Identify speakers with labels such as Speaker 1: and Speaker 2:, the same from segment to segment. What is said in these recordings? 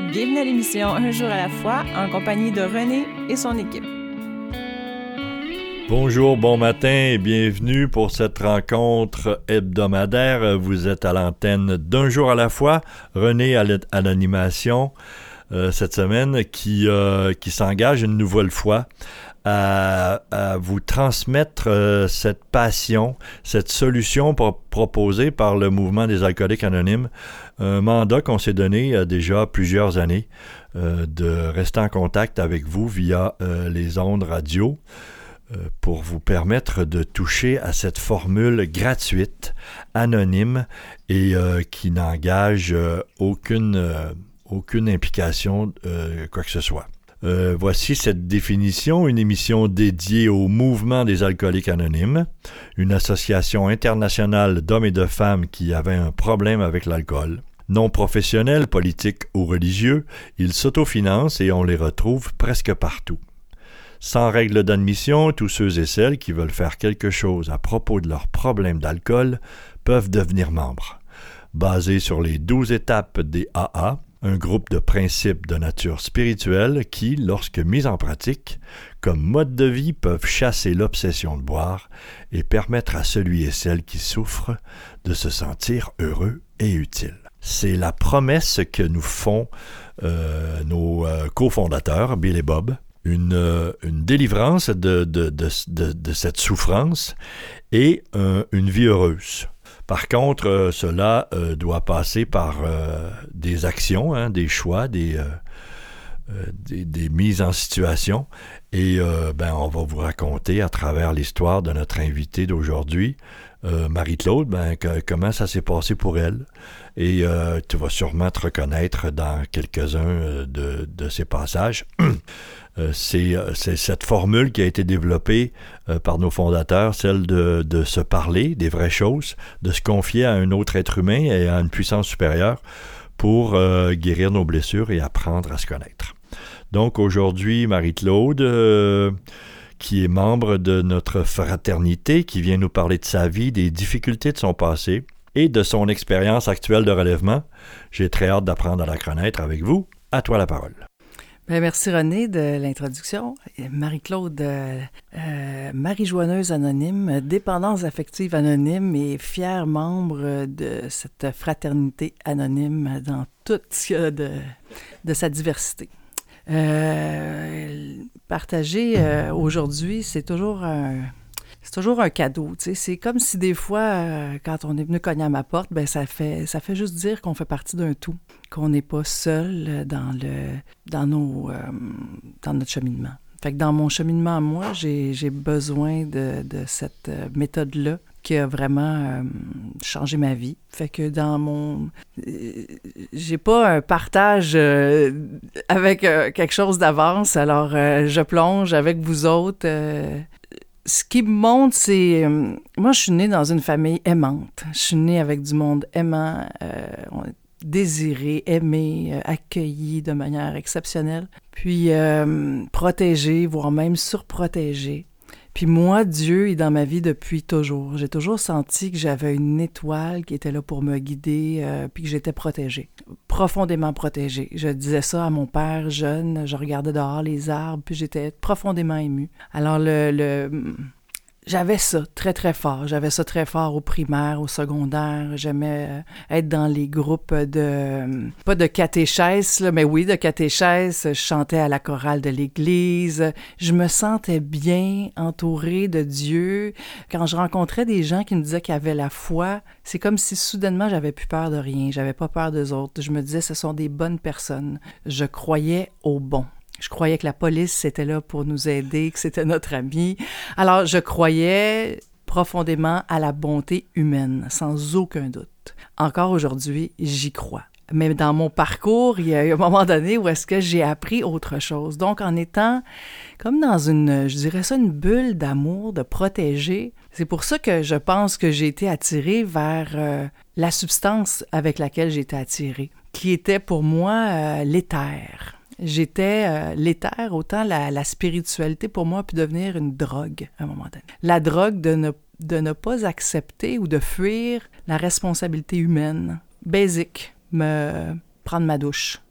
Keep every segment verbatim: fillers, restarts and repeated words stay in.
Speaker 1: Bienvenue à l'émission Un jour à la fois, en compagnie de René et son équipe.
Speaker 2: Bonjour, bon matin et bienvenue pour cette rencontre hebdomadaire. Vous êtes à l'antenne d'Un jour à la fois. René à l'animation euh, cette semaine qui, euh, qui s'engage une nouvelle fois à, à vous transmettre euh, cette passion, cette solution pour, proposée par le mouvement des alcooliques anonymes. Un mandat qu'on s'est donné il y a déjà plusieurs années euh, de rester en contact avec vous via euh, les ondes radio euh, pour vous permettre de toucher à cette formule gratuite, anonyme et euh, qui n'engage euh, aucune, euh, aucune implication, euh, quoi que ce soit. Euh, voici cette définition, une émission dédiée au mouvement des alcooliques anonymes, une association internationale d'hommes et de femmes qui avaient un problème avec l'alcool. Non professionnels, politiques ou religieux, ils s'autofinancent et on les retrouve presque partout. Sans règle d'admission, tous ceux et celles qui veulent faire quelque chose à propos de leur problème d'alcool peuvent devenir membres. Basé sur les douze étapes des A A, un groupe de principes de nature spirituelle qui, lorsque mis en pratique, comme mode de vie, peuvent chasser l'obsession de boire et permettre à celui et celle qui souffrent de se sentir heureux et utile. C'est la promesse que nous font euh, nos euh, cofondateurs, Bill et Bob, une, euh, une délivrance de, de, de, de, de cette souffrance et euh, une vie heureuse. Par contre, euh, cela euh, doit passer par euh, des actions, hein, des choix, des, euh, euh, des, des mises en situation. Et euh, ben, on va vous raconter à travers l'histoire de notre invitée d'aujourd'hui, euh, Marie-Claude, ben, que, comment ça s'est passé pour elle. Et euh, tu vas sûrement te reconnaître dans quelques-uns de, de ces passages. Euh, c'est, c'est cette formule qui a été développée euh, par nos fondateurs, celle de, de se parler des vraies choses, de se confier à un autre être humain et à une puissance supérieure pour euh, guérir nos blessures et apprendre à se connaître. Donc aujourd'hui, Marie-Claude, euh, qui est membre de notre fraternité, qui vient nous parler de sa vie, des difficultés de son passé et de son expérience actuelle de relèvement. J'ai très hâte d'apprendre à la connaître avec vous. À toi la parole.
Speaker 3: Bien, merci René de l'introduction. Marie-Claude, euh, euh, Marie-Joigneuse anonyme, dépendance affective anonyme et fière membre de cette fraternité anonyme dans tout ce qu'il y a de, de sa diversité. Euh, partager euh, aujourd'hui, c'est toujours un... C'est toujours un cadeau, tu sais. C'est comme si des fois, euh, quand on est venu cogner à ma porte, ben ça fait ça fait juste dire qu'on fait partie d'un tout, qu'on n'est pas seul dans le dans nos euh, dans notre cheminement. Fait que dans mon cheminement, moi, j'ai j'ai besoin de, de cette méthode-là qui a vraiment euh, changé ma vie. Fait que dans mon... Euh, j'ai pas un partage euh, avec euh, quelque chose d'avance, alors euh, je plonge avec vous autres... Euh, Ce qui me montre, c'est... Euh, moi, je suis née dans une famille aimante. Je suis née avec du monde aimant, euh, désiré, aimé, euh, accueilli de manière exceptionnelle. Puis euh, protégé, voire même surprotégé. Puis moi, Dieu est dans ma vie depuis toujours. J'ai toujours senti que j'avais une étoile qui était là pour me guider, euh, puis que j'étais protégée, profondément protégée. Je disais ça à mon père jeune, je regardais dehors les arbres, puis j'étais profondément émue. Alors le... le J'avais ça très, très fort. J'avais ça très fort au primaire, au secondaire. J'aimais euh, être dans les groupes de... Euh, pas de catéchèse, là, mais oui, de catéchèse. Je chantais à la chorale de l'église. Je me sentais bien entourée de Dieu. Quand je rencontrais des gens qui me disaient qu'ils avaient la foi, c'est comme si soudainement j'avais plus peur de rien. J'avais pas peur d'eux autres. Je me disais, ce sont des bonnes personnes. Je croyais au bon. Je croyais que la police était là pour nous aider, que c'était notre ami. Alors, je croyais profondément à la bonté humaine, sans aucun doute. Encore aujourd'hui, j'y crois. Mais dans mon parcours, il y a eu un moment donné où est-ce que j'ai appris autre chose. Donc, en étant comme dans une, je dirais ça, une bulle d'amour, de protéger, c'est pour ça que je pense que j'ai été attirée vers euh, la substance avec laquelle j'ai été attirée, qui était pour moi euh, l'éther. J'étais euh, l'éther, autant la, la spiritualité pour moi a pu devenir une drogue à un moment donné. La drogue de ne, de ne pas accepter ou de fuir la responsabilité humaine. Basic, me prendre ma douche.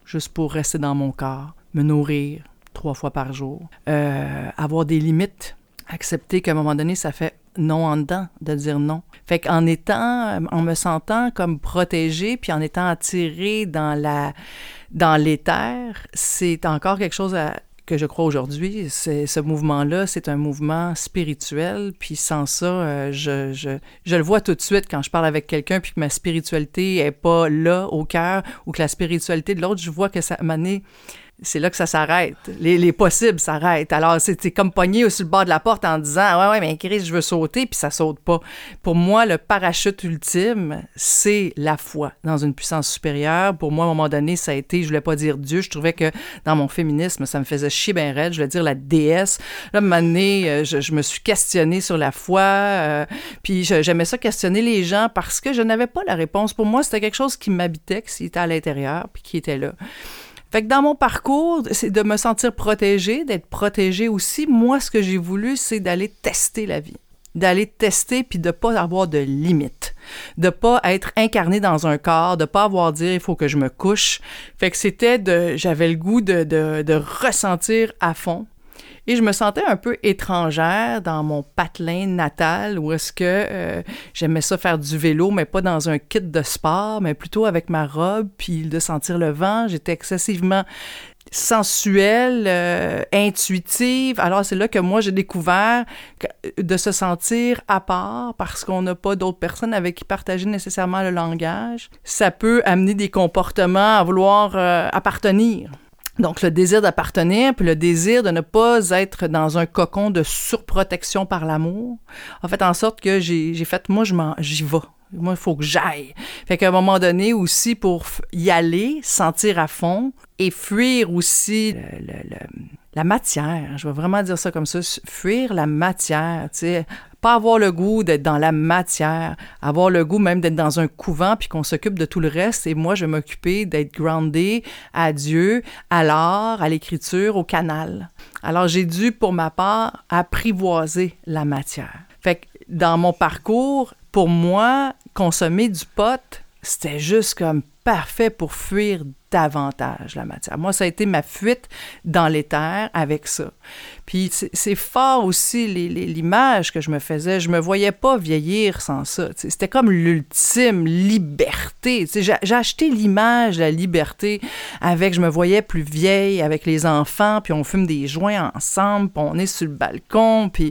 Speaker 3: juste pour rester dans mon corps, me nourrir trois fois par jour, euh, avoir des limites, accepter qu'à un moment donné, ça fait non en dedans de dire non. Fait qu'en étant, en me sentant comme protégée, puis en étant attirée dans la, dans l'éther, c'est encore quelque chose à, que je crois aujourd'hui. C'est, ce mouvement-là, c'est un mouvement spirituel, puis sans ça, euh, je, je, je le vois tout de suite quand je parle avec quelqu'un, puis que ma spiritualité est pas là, au cœur, ou que la spiritualité de l'autre, je vois que ça m'a donné... C'est là que ça s'arrête. Les, les possibles s'arrêtent. Alors, c'est, c'est comme pogné sur le bord de la porte en disant « Ouais, ouais, mais Chris, je veux sauter », puis ça saute pas. Pour moi, le parachute ultime, c'est la foi dans une puissance supérieure. Pour moi, à un moment donné, ça a été, je voulais pas dire Dieu, je trouvais que dans mon féminisme, ça me faisait chier ben raide, je voulais dire la déesse. Là, à un moment donné, je, je me suis questionnée sur la foi, euh, puis je, j'aimais ça questionner les gens parce que je n'avais pas la réponse. Pour moi, c'était quelque chose qui m'habitait, qui était à l'intérieur, puis qui était là. Fait que dans mon parcours, c'est de me sentir protégée, d'être protégée aussi. Moi, ce que j'ai voulu, c'est d'aller tester la vie. D'aller tester puis de ne pas avoir de limites. De ne pas être incarnée dans un corps, de ne pas avoir à dire « il faut que je me couche ». Fait que c'était de... J'avais le goût de, de, de ressentir à fond. Et je me sentais un peu étrangère dans mon patelin natal où est-ce que euh, j'aimais ça faire du vélo, mais pas dans un kit de sport, mais plutôt avec ma robe, puis de sentir le vent. J'étais excessivement sensuelle, euh, intuitive. Alors, c'est là que moi, j'ai découvert que, de se sentir à part parce qu'on n'a pas d'autres personnes avec qui partager nécessairement le langage. Ça peut amener des comportements à vouloir euh, appartenir. Donc, le désir d'appartenir, puis le désir de ne pas être dans un cocon de surprotection par l'amour, a fait en sorte que j'ai, j'ai fait, moi, je m'en, j'y vais. Moi, il faut que j'aille. Fait qu'à un moment donné aussi, pour y aller, sentir à fond et fuir aussi le, le, le, la matière. Je vais vraiment dire ça comme ça. Fuir la matière, tu sais. Pas avoir le goût d'être dans la matière, avoir le goût même d'être dans un couvent puis qu'on s'occupe de tout le reste. Et moi, je vais m'occuper d'être groundée à Dieu, à l'art, à l'écriture, au canal. Alors, j'ai dû, pour ma part, apprivoiser la matière. Fait que dans mon parcours, pour moi, consommer du pot, c'était juste comme parfait pour fuir davantage la matière. Moi, ça a été ma fuite dans l'éther avec ça. Puis c'est, c'est fort aussi les, les, l'image que je me faisais. Je me voyais pas vieillir sans ça. T'sais. C'était comme l'ultime liberté. T'sais, j'ai, j'ai acheté l'image de la liberté avec, je me voyais plus vieille avec les enfants, puis on fume des joints ensemble, puis on est sur le balcon, puis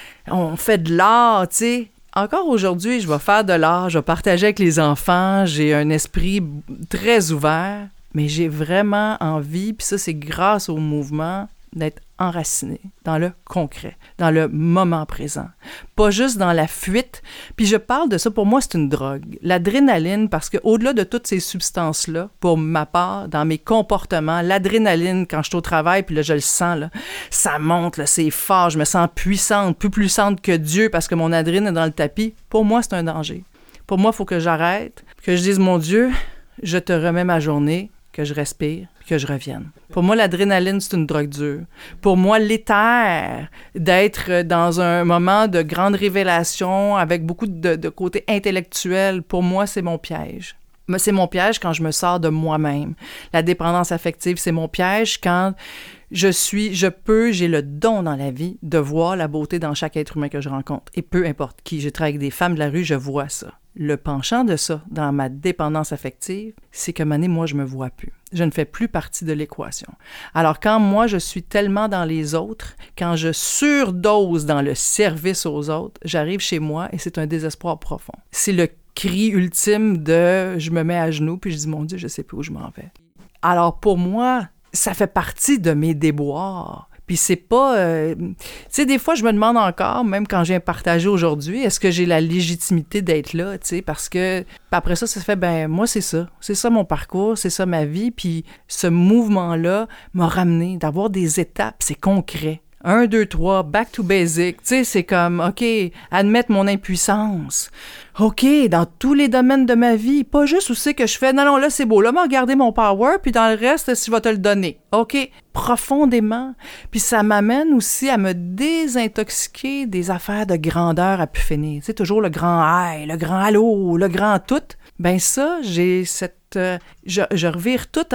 Speaker 3: on fait de l'art, tu sais. Encore aujourd'hui, je vais faire de l'art, je vais partager avec les enfants, j'ai un esprit très ouvert, mais j'ai vraiment envie, puis ça, c'est grâce au mouvement, d'être enraciné dans le concret, dans le moment présent. Pas juste dans la fuite. Puis je parle de ça, pour moi, c'est une drogue. L'adrénaline, parce qu'au-delà de toutes ces substances-là, pour ma part, dans mes comportements, l'adrénaline, quand je suis au travail, puis là, je le sens, là, ça monte, là, c'est fort, je me sens puissante, plus puissante que Dieu, parce que mon adrénaline est dans le tapis. Pour moi, c'est un danger. Pour moi, il faut que j'arrête, que je dise, mon Dieu, je te remets ma journée, que je respire, que je revienne. Pour moi, l'adrénaline, c'est une drogue dure. Pour moi, l'éther, d'être dans un moment de grande révélation avec beaucoup de, de côté intellectuel, pour moi, c'est mon piège. C'est mon piège quand je me sors de moi-même. La dépendance affective, c'est mon piège quand je suis, je peux, j'ai le don dans la vie de voir la beauté dans chaque être humain que je rencontre. Et peu importe qui, je travaille avec des femmes de la rue, je vois ça. Le penchant de ça, dans ma dépendance affective, c'est que, mané, moi, je me vois plus. Je ne fais plus partie de l'équation. Alors, quand moi, je suis tellement dans les autres, quand je surdose dans le service aux autres, j'arrive chez moi et c'est un désespoir profond. C'est le cri ultime de « je me mets à genoux puis je dis « mon Dieu, je sais plus où je m'en vais ». Alors, pour moi, ça fait partie de mes déboires. Puis c'est pas... Euh, tu sais, des fois, je me demande encore, même quand je viens partager aujourd'hui, est-ce que j'ai la légitimité d'être là, tu sais, parce que... Puis après ça, ça fait, ben moi, c'est ça. C'est ça mon parcours, c'est ça ma vie. Puis ce mouvement-là m'a ramené d'avoir des étapes, c'est concret. Un, deux, trois, back to basic. Tu sais, c'est comme, OK, admettre mon impuissance. OK, dans tous les domaines de ma vie. Pas juste où c'est que je fais, non, non, là, c'est beau. Là, m'a regardé mon power, puis dans le reste, je vais te le donner. OK, profondément. Puis ça m'amène aussi à me désintoxiquer des affaires de grandeur à pu finir. Tu sais, toujours le grand aïe, le grand allô, le grand tout. Ben ça, j'ai cette... Euh, je, je revire tout en...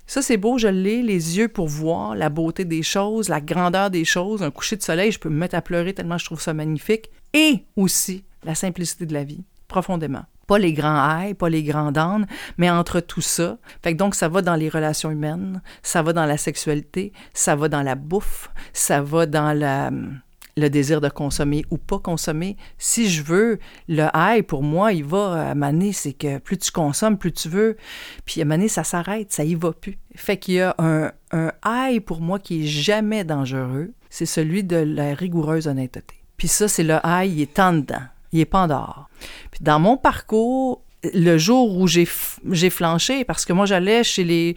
Speaker 3: Ça, c'est beau, je l'ai, les yeux pour voir la beauté des choses, la grandeur des choses, un coucher de soleil, je peux me mettre à pleurer tellement je trouve ça magnifique. Et aussi la simplicité de la vie, profondément. Pas les grands highs, pas les grands downs, mais entre tout ça. Fait que donc, ça va dans les relations humaines, ça va dans la sexualité, ça va dans la bouffe, ça va dans la... le désir de consommer ou pas consommer. Si je veux, le high, pour moi, il va à maner, c'est que plus tu consommes, plus tu veux. Puis à maner, ça s'arrête, ça y va plus. Fait qu'il y a un, un high, pour moi, qui est jamais dangereux, c'est celui de la rigoureuse honnêteté. Puis ça, c'est le high, il est en dedans, il est pas en dehors. Puis dans mon parcours, le jour où j'ai, j'ai flanché, parce que moi, j'allais chez les...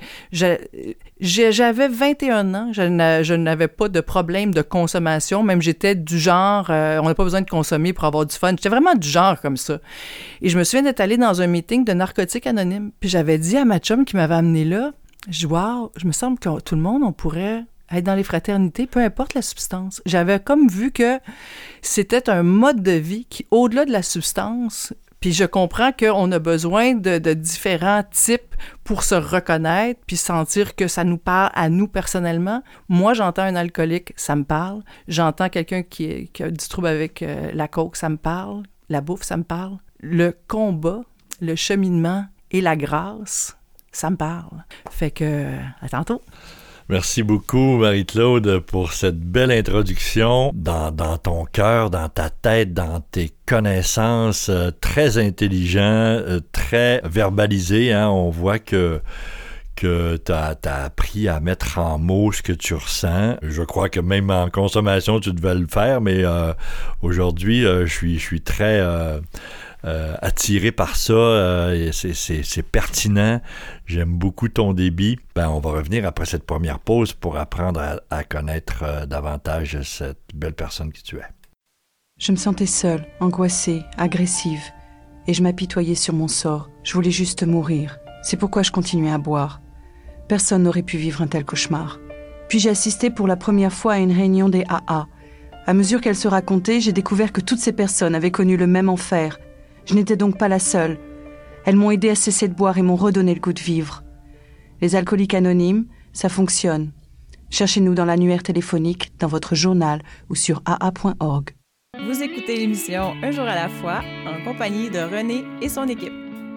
Speaker 3: J'avais vingt et un ans, je, n'a, je n'avais pas de problème de consommation, même j'étais du genre, euh, on n'a pas besoin de consommer pour avoir du fun. J'étais vraiment du genre comme ça. Et je me souviens d'être allée dans un meeting de Narcotiques Anonymes, puis j'avais dit à ma chum qui m'avait amenée là, je dis, wow, je me semble que tout le monde, on pourrait être dans les fraternités, peu importe la substance. J'avais comme vu que c'était un mode de vie qui, au-delà de la substance... Puis je comprends qu'on a besoin de, de différents types pour se reconnaître puis sentir que ça nous parle à nous personnellement. Moi, j'entends un alcoolique, ça me parle. J'entends quelqu'un qui, qui a du trouble avec euh, la coke, ça me parle. La bouffe, ça me parle. Le combat, le cheminement et la grâce, ça me parle. Fait que, à tantôt.
Speaker 2: Merci beaucoup, Marie-Claude, pour cette belle introduction dans, dans ton cœur, dans ta tête, dans tes connaissances, euh, très intelligent, euh, très verbalisé. Hein? On voit que, que tu as appris à mettre en mots ce que tu ressens. Je crois que même en consommation, tu devais le faire, mais euh, aujourd'hui, euh, je suis, je suis très... Euh, Euh, attiré par ça, euh, c'est, c'est, c'est pertinent. J'aime beaucoup ton débit. Ben, on va revenir après cette première pause pour apprendre à, à connaître euh, davantage cette belle personne que tu es.
Speaker 4: Je me sentais seule, angoissée, agressive, et je m'apitoyais sur mon sort. Je voulais juste mourir. C'est pourquoi je continuais à boire. Personne n'aurait pu vivre un tel cauchemar. Puis j'ai assisté pour la première fois à une réunion des A A. À mesure qu'elle se racontait, j'ai découvert que toutes ces personnes avaient connu le même enfer. Je n'étais donc pas la seule. Elles m'ont aidé à cesser de boire et m'ont redonné le goût de vivre. Les alcooliques anonymes, ça fonctionne. Cherchez-nous dans l'annuaire téléphonique, dans votre journal ou sur a a point org.
Speaker 1: Vous écoutez l'émission Un jour à la fois en compagnie de René et son équipe.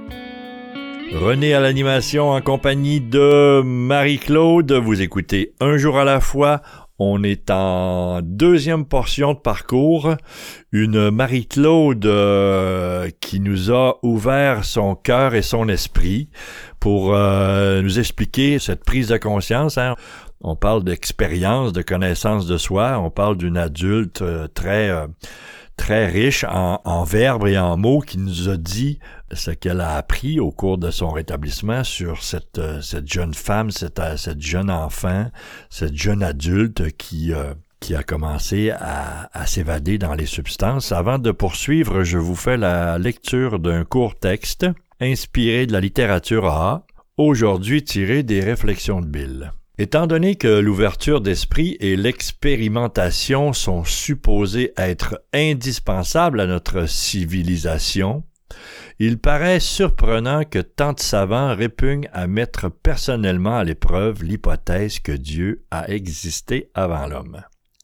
Speaker 2: René à l'animation en compagnie de Marie-Claude. Vous écoutez Un jour à la fois. On est en deuxième portion de parcours. Une Marie-Claude euh, qui nous a ouvert son cœur et son esprit pour euh, nous expliquer cette prise de conscience. Hein. On parle d'expérience, de connaissance de soi. On parle d'une adulte euh, très... Euh, très riche en, en verbes et en mots, qui nous a dit ce qu'elle a appris au cours de son rétablissement sur cette, euh, cette jeune femme, cette, cette jeune enfant, cette jeune adulte qui, euh, qui a commencé à, à s'évader dans les substances. Avant de poursuivre, je vous fais la lecture d'un court texte inspiré de la littérature A A, aujourd'hui tiré des réflexions de Bill. Étant donné que l'ouverture d'esprit et l'expérimentation sont supposées être indispensables à notre civilisation, il paraît surprenant que tant de savants répugnent à mettre personnellement à l'épreuve l'hypothèse que Dieu a existé avant l'homme.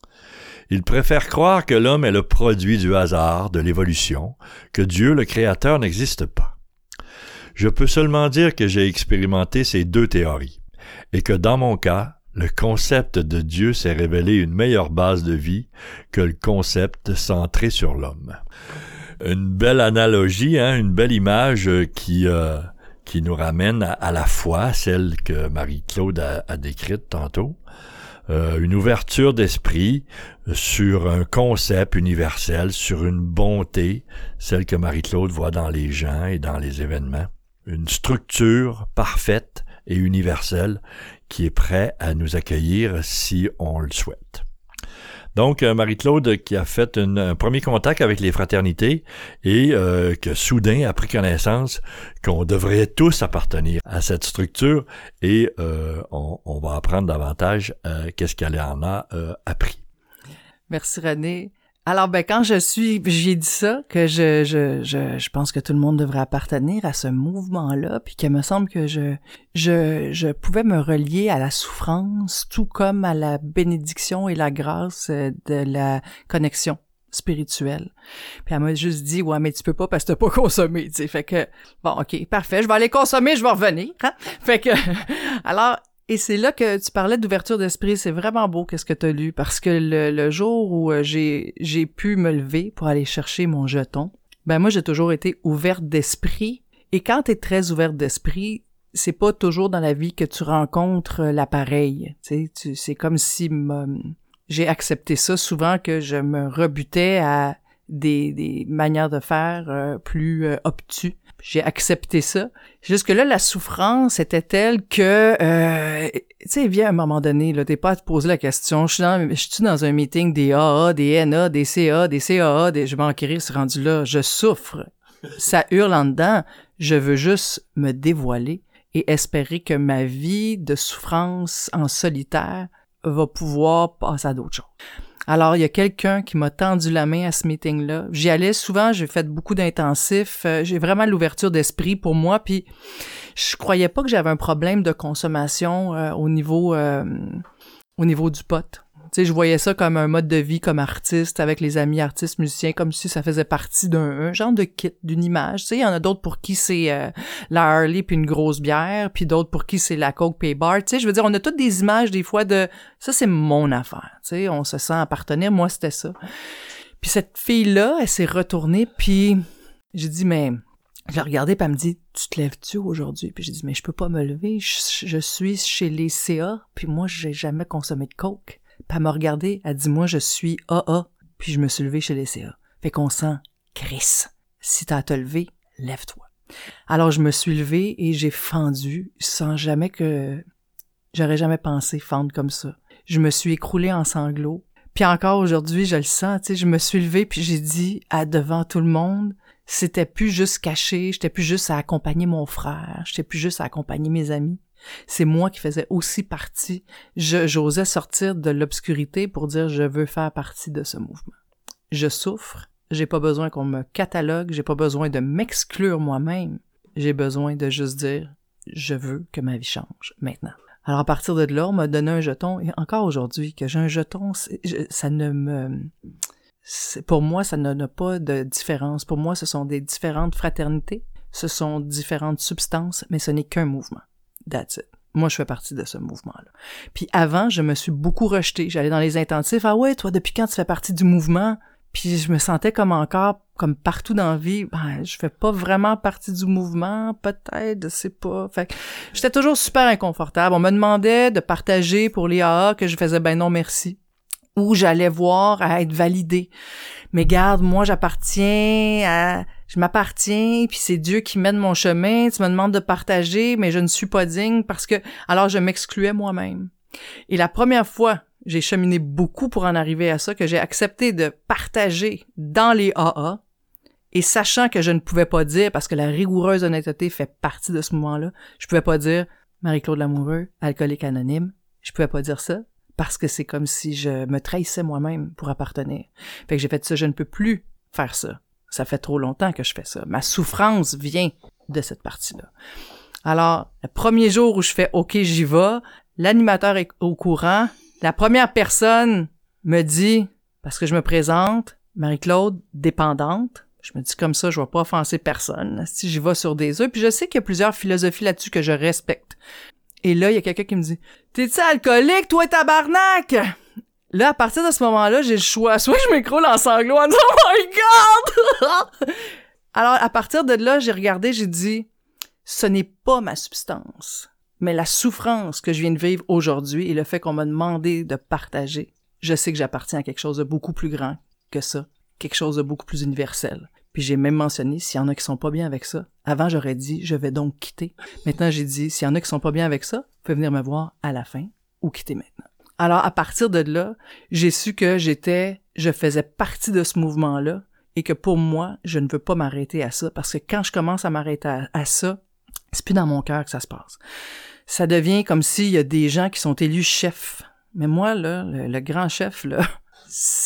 Speaker 2: Ils préfèrent croire que l'homme est le produit du hasard, de l'évolution, que Dieu, le Créateur, n'existe pas. Je peux seulement dire que j'ai expérimenté ces deux théories, et que dans mon cas, le concept de Dieu s'est révélé une meilleure base de vie que le concept centré sur l'homme. Une belle analogie, hein, une belle image qui, euh, qui nous ramène à, à la foi, celle que Marie-Claude a, a décrite tantôt. Euh, une ouverture d'esprit sur un concept universel, sur une bonté, celle que Marie-Claude voit dans les gens et dans les événements. Une structure parfaite et universel qui est prêt à nous accueillir si on le souhaite. Donc, Marie-Claude qui a fait une, un premier contact avec les fraternités et euh, que soudain a pris connaissance qu'on devrait tous appartenir à cette structure et euh, on, on va apprendre davantage euh, qu'est-ce qu'elle en a euh, appris.
Speaker 3: Merci René. Alors, ben, quand je suis, j'ai dit ça, que je, je, je, je pense que tout le monde devrait appartenir à ce mouvement-là, puis qu'il me semble que je, je, je pouvais me relier à la souffrance, tout comme à la bénédiction et la grâce de la connexion spirituelle. Puis elle m'a juste dit, ouais, mais tu peux pas parce que t'as pas consommé, tu sais. Fait que, bon, ok, parfait, je vais aller consommer, je vais revenir, hein. Fait que, alors, et c'est là que tu parlais d'ouverture d'esprit. C'est vraiment beau qu'est-ce que tu as lu, parce que le, le jour où j'ai j'ai pu me lever pour aller chercher mon jeton, ben moi j'ai toujours été ouverte d'esprit. Et quand tu es très ouverte d'esprit, c'est pas toujours dans la vie que tu rencontres l'appareil. Tu sais, c'est comme si me, j'ai accepté ça souvent, que je me rebutais à des, des manières de faire euh, plus euh, obtus. J'ai accepté ça. Jusque-là, la souffrance était telle que, euh, tu sais, vient un moment donné, là, t'es pas à te poser la question, je suis dans, je suis dans un meeting des A A, des N A, des C A, des C A A, des, je vais en quérir, c'est rendu là, je souffre. Ça hurle en dedans. Je veux juste me dévoiler et espérer que ma vie de souffrance en solitaire va pouvoir passer à d'autres choses. Alors, il y a quelqu'un qui m'a tendu la main à ce meeting-là. J'y allais souvent, j'ai fait beaucoup d'intensifs. Euh, j'ai vraiment l'ouverture d'esprit pour moi, puis je croyais pas que j'avais un problème de consommation euh, au niveau euh, au niveau du pot. Tu sais, je voyais ça comme un mode de vie comme artiste, avec les amis artistes, musiciens, comme si ça faisait partie d'un un genre de kit, d'une image. Tu sais, il y en a d'autres pour qui c'est euh, la Harley puis une grosse bière, puis d'autres pour qui c'est la Coke Pay Bar. Tu sais, je veux dire, on a toutes des images des fois de ça, c'est mon affaire. Tu sais, on se sent appartenir. Moi, c'était ça. Puis cette fille-là, elle s'est retournée, puis j'ai dit, mais je l'ai regardée, puis elle me dit, tu te lèves-tu aujourd'hui? Puis j'ai dit, mais je peux pas me lever. Je, je suis chez les C A, puis moi, j'ai jamais consommé de Coke. Puis elle m'a regardé, elle dit, moi, je suis A A, puis je me suis levée chez les C A. Fait qu'on sent, Chris, si t'as à te lever, lève-toi. Alors, je me suis levée et j'ai fendu sans jamais que... J'aurais jamais pensé fendre comme ça. Je me suis écroulée en sanglots. Puis encore aujourd'hui, je le sens, tu sais, je me suis levée puis j'ai dit, à devant tout le monde, c'était plus juste caché, j'étais plus juste à accompagner mon frère, j'étais plus juste à accompagner mes amis. C'est moi qui faisais aussi partie. Je, j'osais sortir de l'obscurité pour dire je veux faire partie de ce mouvement. Je souffre, j'ai pas besoin qu'on me catalogue, j'ai pas besoin de m'exclure moi-même. J'ai besoin de juste dire je veux que ma vie change maintenant. Alors à partir de là, on m'a donné un jeton et encore aujourd'hui que j'ai un jeton, c'est, je, ça ne me c'est, pour moi ça n'a pas de différence. Pour moi, ce sont des différentes fraternités, ce sont différentes substances, mais ce n'est qu'un mouvement. That's it. Moi, je fais partie de ce mouvement-là. Puis avant, je me suis beaucoup rejetée. J'allais dans les intensifs. Ah ouais, toi, depuis quand tu fais partie du mouvement? Puis je me sentais comme encore, comme partout dans la vie. Ben, je fais pas vraiment partie du mouvement, peut-être, je sais pas. Fait que j'étais toujours super inconfortable. On me demandait de partager pour les A A que je faisais ben non merci. Ou j'allais voir à être validée. Mais garde, moi, j'appartiens à... Je m'appartiens, puis c'est Dieu qui mène mon chemin. Tu me demandes de partager, mais je ne suis pas digne parce que... Alors, je m'excluais moi-même. Et la première fois, j'ai cheminé beaucoup pour en arriver à ça, que j'ai accepté de partager dans les A A, et sachant que je ne pouvais pas dire, parce que la rigoureuse honnêteté fait partie de ce moment-là, je pouvais pas dire « Marie-Claude Lamoureux, alcoolique anonyme ». Je pouvais pas dire ça. Parce que c'est comme si je me trahissais moi-même pour appartenir. Fait que j'ai fait ça, je ne peux plus faire ça. Ça fait trop longtemps que je fais ça. Ma souffrance vient de cette partie-là. Alors, le premier jour où je fais « OK, j'y vais », l'animateur est au courant. La première personne me dit, parce que je me présente, Marie-Claude, dépendante. Je me dis comme ça, je vais pas offenser personne. Si j'y vais sur des œufs. Puis je sais qu'il y a plusieurs philosophies là-dessus que je respecte. Et là, il y a quelqu'un qui me dit « T'es-tu alcoolique, toi, tabarnak? » Là, à partir de ce moment-là, j'ai le choix. Soit je m'écroule en sanglots en disant « Oh my God! » Alors, à partir de là, j'ai regardé, j'ai dit « Ce n'est pas ma substance, mais la souffrance que je viens de vivre aujourd'hui et le fait qu'on m'a demandé de partager, je sais que j'appartiens à quelque chose de beaucoup plus grand que ça, quelque chose de beaucoup plus universel. » Puis j'ai même mentionné, s'il y en a qui sont pas bien avec ça, avant j'aurais dit, je vais donc quitter. Maintenant j'ai dit, s'il y en a qui sont pas bien avec ça, vous pouvez venir me voir à la fin ou quitter maintenant. Alors à partir de là, j'ai su que j'étais, je faisais partie de ce mouvement-là et que pour moi, je ne veux pas m'arrêter à ça parce que quand je commence à m'arrêter à, à ça, c'est plus dans mon cœur que ça se passe. Ça devient comme s'il y a des gens qui sont élus chefs. Mais moi, là, le, le grand chef, là, c'est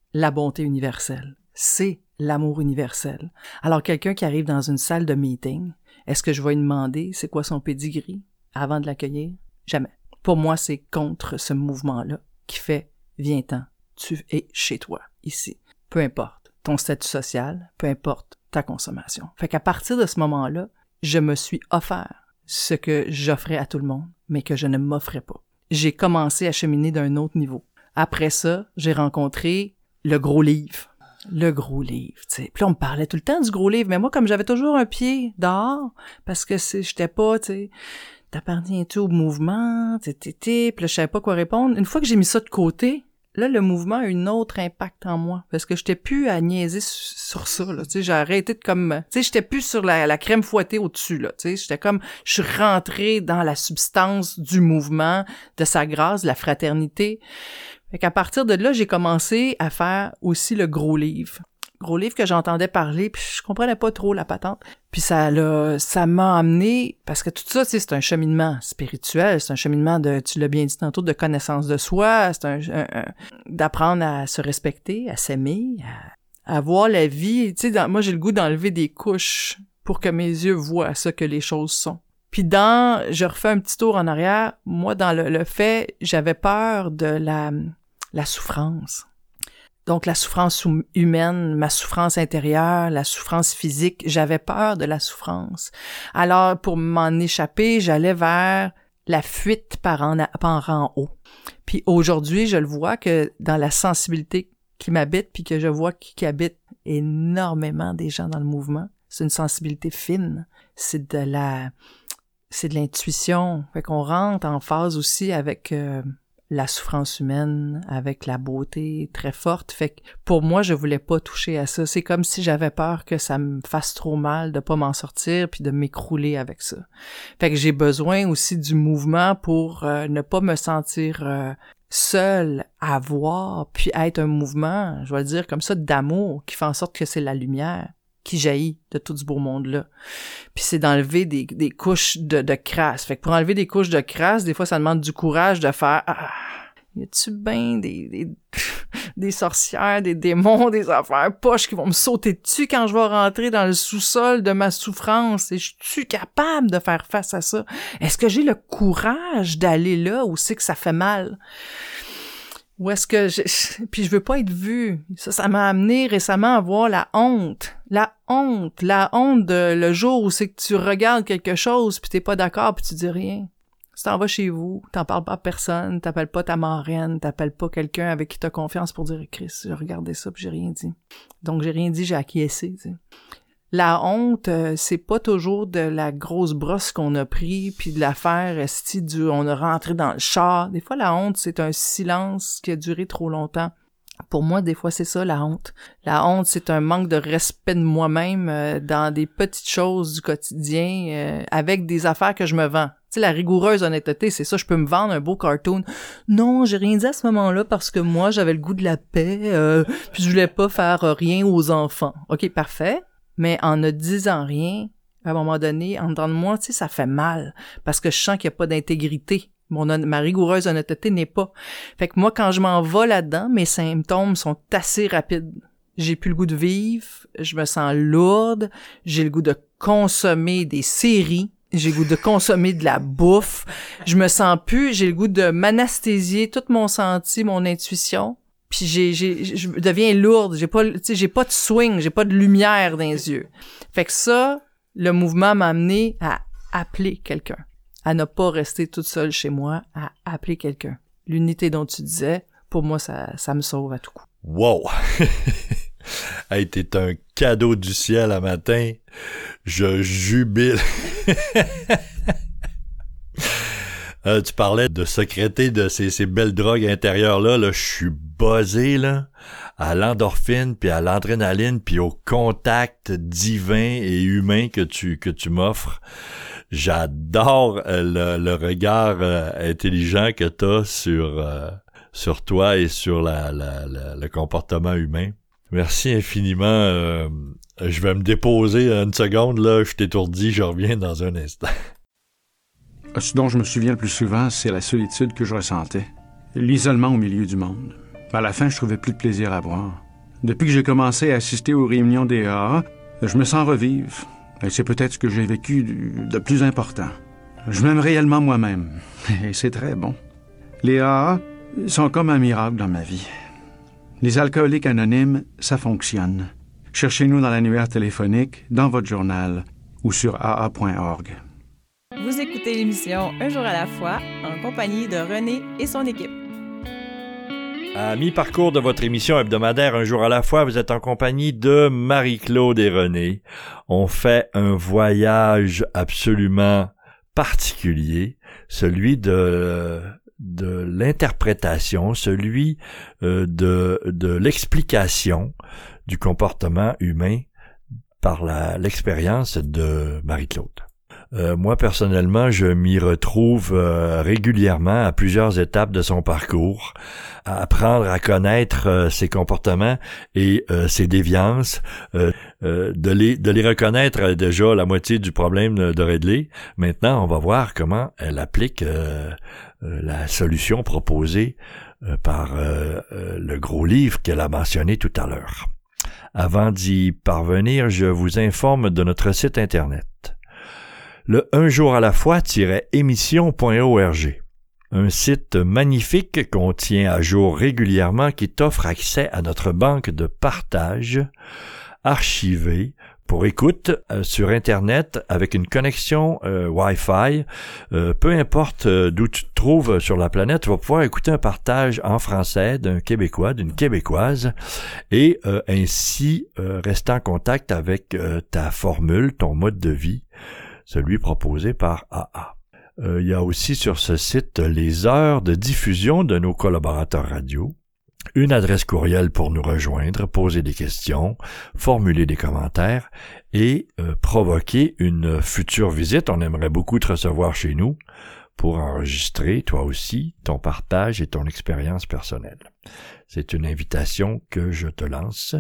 Speaker 3: la bonté universelle. C'est l'amour universel. Alors, quelqu'un qui arrive dans une salle de meeting, est-ce que je vais lui demander c'est quoi son pedigree avant de l'accueillir? Jamais. Pour moi, c'est contre ce mouvement-là qui fait « viens-t'en, tu es chez toi, ici ». Peu importe ton statut social, peu importe ta consommation. Fait qu'à partir de ce moment-là, je me suis offert ce que j'offrais à tout le monde, mais que je ne m'offrais pas. J'ai commencé à cheminer d'un autre niveau. Après ça, j'ai rencontré le gros livre. Le gros livre, tu sais. Puis là, on me parlait tout le temps du gros livre, mais moi, comme j'avais toujours un pied dehors, parce que c'est, j'étais pas, tu sais, t'appartiens-tu au mouvement, t'es, t'es, t'es, puis là, je savais pas quoi répondre. Une fois que j'ai mis ça de côté, là, le mouvement a eu un autre impact en moi, parce que j'étais plus à niaiser sur ça, là, tu sais, j'ai arrêté de comme, tu sais, j'étais plus sur la, la crème fouettée au-dessus, là, tu sais, j'étais comme, je suis rentrée dans la substance du mouvement, de sa grâce, de la fraternité. Fait qu'à partir de là, j'ai commencé à faire aussi le gros livre. Gros livre que j'entendais parler, puis je comprenais pas trop la patente. Puis ça l'a, ça m'a amené, parce que tout ça, tu sais, c'est un cheminement spirituel, c'est un cheminement de, tu l'as bien dit tantôt, de connaissance de soi, c'est un, un, un d'apprendre à se respecter, à s'aimer, à, à voir la vie. Tu sais, dans, moi, j'ai le goût d'enlever des couches pour que mes yeux voient ce que les choses sont. Puis dans, je refais un petit tour en arrière, moi, dans le, le fait, j'avais peur de la, la souffrance. Donc, la souffrance humaine, ma souffrance intérieure, la souffrance physique, j'avais peur de la souffrance. Alors, pour m'en échapper, j'allais vers la fuite par en, par en haut. Puis aujourd'hui, je le vois que dans la sensibilité qui m'habite, puis que je vois qui, qui habite énormément des gens dans le mouvement, c'est une sensibilité fine, c'est de la... c'est de l'intuition. Fait qu'on rentre en phase aussi avec euh, la souffrance humaine, avec la beauté très forte. Fait que pour moi, je voulais pas toucher à ça. C'est comme si j'avais peur que ça me fasse trop mal de pas m'en sortir puis de m'écrouler avec ça. Fait que j'ai besoin aussi du mouvement pour euh, ne pas me sentir euh, seule à voir puis être un mouvement, je vais le dire comme ça, d'amour qui fait en sorte que c'est la lumière qui jaillit de tout ce beau monde-là. Puis c'est d'enlever des, des couches de, de crasse. Fait que pour enlever des couches de crasse, des fois, ça demande du courage de faire... Ah, y a-tu ben des, des, des sorcières, des démons, des affaires poches qui vont me sauter dessus quand je vais rentrer dans le sous-sol de ma souffrance? Et je suis capable de faire face à ça? Est-ce que j'ai le courage d'aller là où c'est que ça fait mal? Ou est-ce que je... Puis je veux pas être vue. Ça, ça m'a amené récemment à voir la honte. La honte. La honte de le jour où c'est que tu regardes quelque chose puis t'es pas d'accord puis tu dis rien. Si t'en vas chez vous, t'en parles pas à personne, t'appelles pas ta marraine, t'appelles pas quelqu'un avec qui t'as confiance pour dire « Chris, j'ai regardé ça puis j'ai rien dit. » Donc j'ai rien dit, j'ai acquiescé, tu sais. La honte, euh, c'est pas toujours de la grosse brosse qu'on a pris puis de l'affaire esti du on a rentré dans le char. Des fois la honte, c'est un silence qui a duré trop longtemps. Pour moi, des fois c'est ça la honte. La honte, c'est un manque de respect de moi-même euh, dans des petites choses du quotidien euh, avec des affaires que je me vends. Tu sais, la rigoureuse honnêteté, c'est ça, je peux me vendre un beau cartoon. Non, j'ai rien dit à ce moment-là parce que moi, j'avais le goût de la paix euh, puis je voulais pas faire euh, rien aux enfants. OK, parfait. Mais en ne disant rien, à un moment donné, en dedans de moi, tu sais, ça fait mal. Parce que je sens qu'il n'y a pas d'intégrité. Mon, ma rigoureuse honnêteté n'est pas. Fait que moi, quand je m'en vais là-dedans, mes symptômes sont assez rapides. J'ai plus le goût de vivre, je me sens lourde, j'ai le goût de consommer des séries, j'ai le goût de consommer de la bouffe, je me sens plus, j'ai le goût de m'anesthésier tout mon senti, mon intuition. Puis j'ai, j'ai, je deviens lourde, j'ai pas, tu sais, j'ai pas de swing, j'ai pas de lumière dans les yeux. Fait que ça, le mouvement m'a amené à appeler quelqu'un, à ne pas rester toute seule chez moi, à appeler quelqu'un. L'unité dont tu disais, pour moi, ça, ça me sauve à tout coup.
Speaker 2: Wow! Hey, t'es un cadeau du ciel à matin. Je jubile. Euh, tu parlais de sécréter de ces, ces belles drogues intérieures-là. Là, je suis buzzé là, à l'endorphine, puis à l'adrénaline, puis au contact divin et humain que tu que tu m'offres. J'adore euh, le, le regard euh, intelligent que t'as sur euh, sur toi et sur la, la, la, le comportement humain. Merci infiniment. Euh, je vais me déposer une seconde là. Je t'étourdis. Je reviens dans un instant.
Speaker 5: Ce dont je me souviens le plus souvent, c'est la solitude que je ressentais. L'isolement au milieu du monde. À la fin, je trouvais plus de plaisir à boire. Depuis que j'ai commencé à assister aux réunions des A A, je me sens revivre. Et c'est peut-être ce que j'ai vécu de plus important. Je m'aime réellement moi-même. Et c'est très bon. Les A A sont comme un miracle dans ma vie. Les alcooliques anonymes, ça fonctionne. Cherchez-nous dans l'annuaire téléphonique, dans votre journal ou sur a a point org.
Speaker 1: Vous écoutez l'émission Un jour à la fois en compagnie de René et son équipe.
Speaker 2: À mi-parcours de votre émission hebdomadaire Un jour à la fois, vous êtes en compagnie de Marie-Claude et René. On fait un voyage absolument particulier, celui de de l'interprétation, celui euh, de de l'explication du comportement humain par la, l'expérience de Marie-Claude. Euh, moi, personnellement, je m'y retrouve euh, régulièrement à plusieurs étapes de son parcours, à apprendre à connaître euh, ses comportements et euh, ses déviances, euh, euh, de les de les reconnaître euh, déjà la moitié du problème de, de régler. Maintenant, on va voir comment elle applique euh, euh, la solution proposée euh, par euh, euh, le gros livre qu'elle a mentionné tout à l'heure. Avant d'y parvenir, je vous informe de notre site Internet. Le un jour à la fois-émission point org. Un site magnifique qu'on tient à jour régulièrement qui t'offre accès à notre banque de partage archivée pour écoute euh, sur Internet avec une connexion euh, Wi-Fi. Euh, peu importe euh, d'où tu te trouves sur la planète, tu vas pouvoir écouter un partage en français d'un Québécois, d'une Québécoise et euh, ainsi euh, rester en contact avec euh, ta formule, ton mode de vie, celui proposé par A A. Euh, il y a aussi sur ce site les heures de diffusion de nos collaborateurs radio, une adresse courriel pour nous rejoindre, poser des questions, formuler des commentaires et euh, provoquer une future visite. On aimerait beaucoup te recevoir chez nous pour enregistrer, toi aussi, ton partage et ton expérience personnelle. C'est une invitation que je te lance.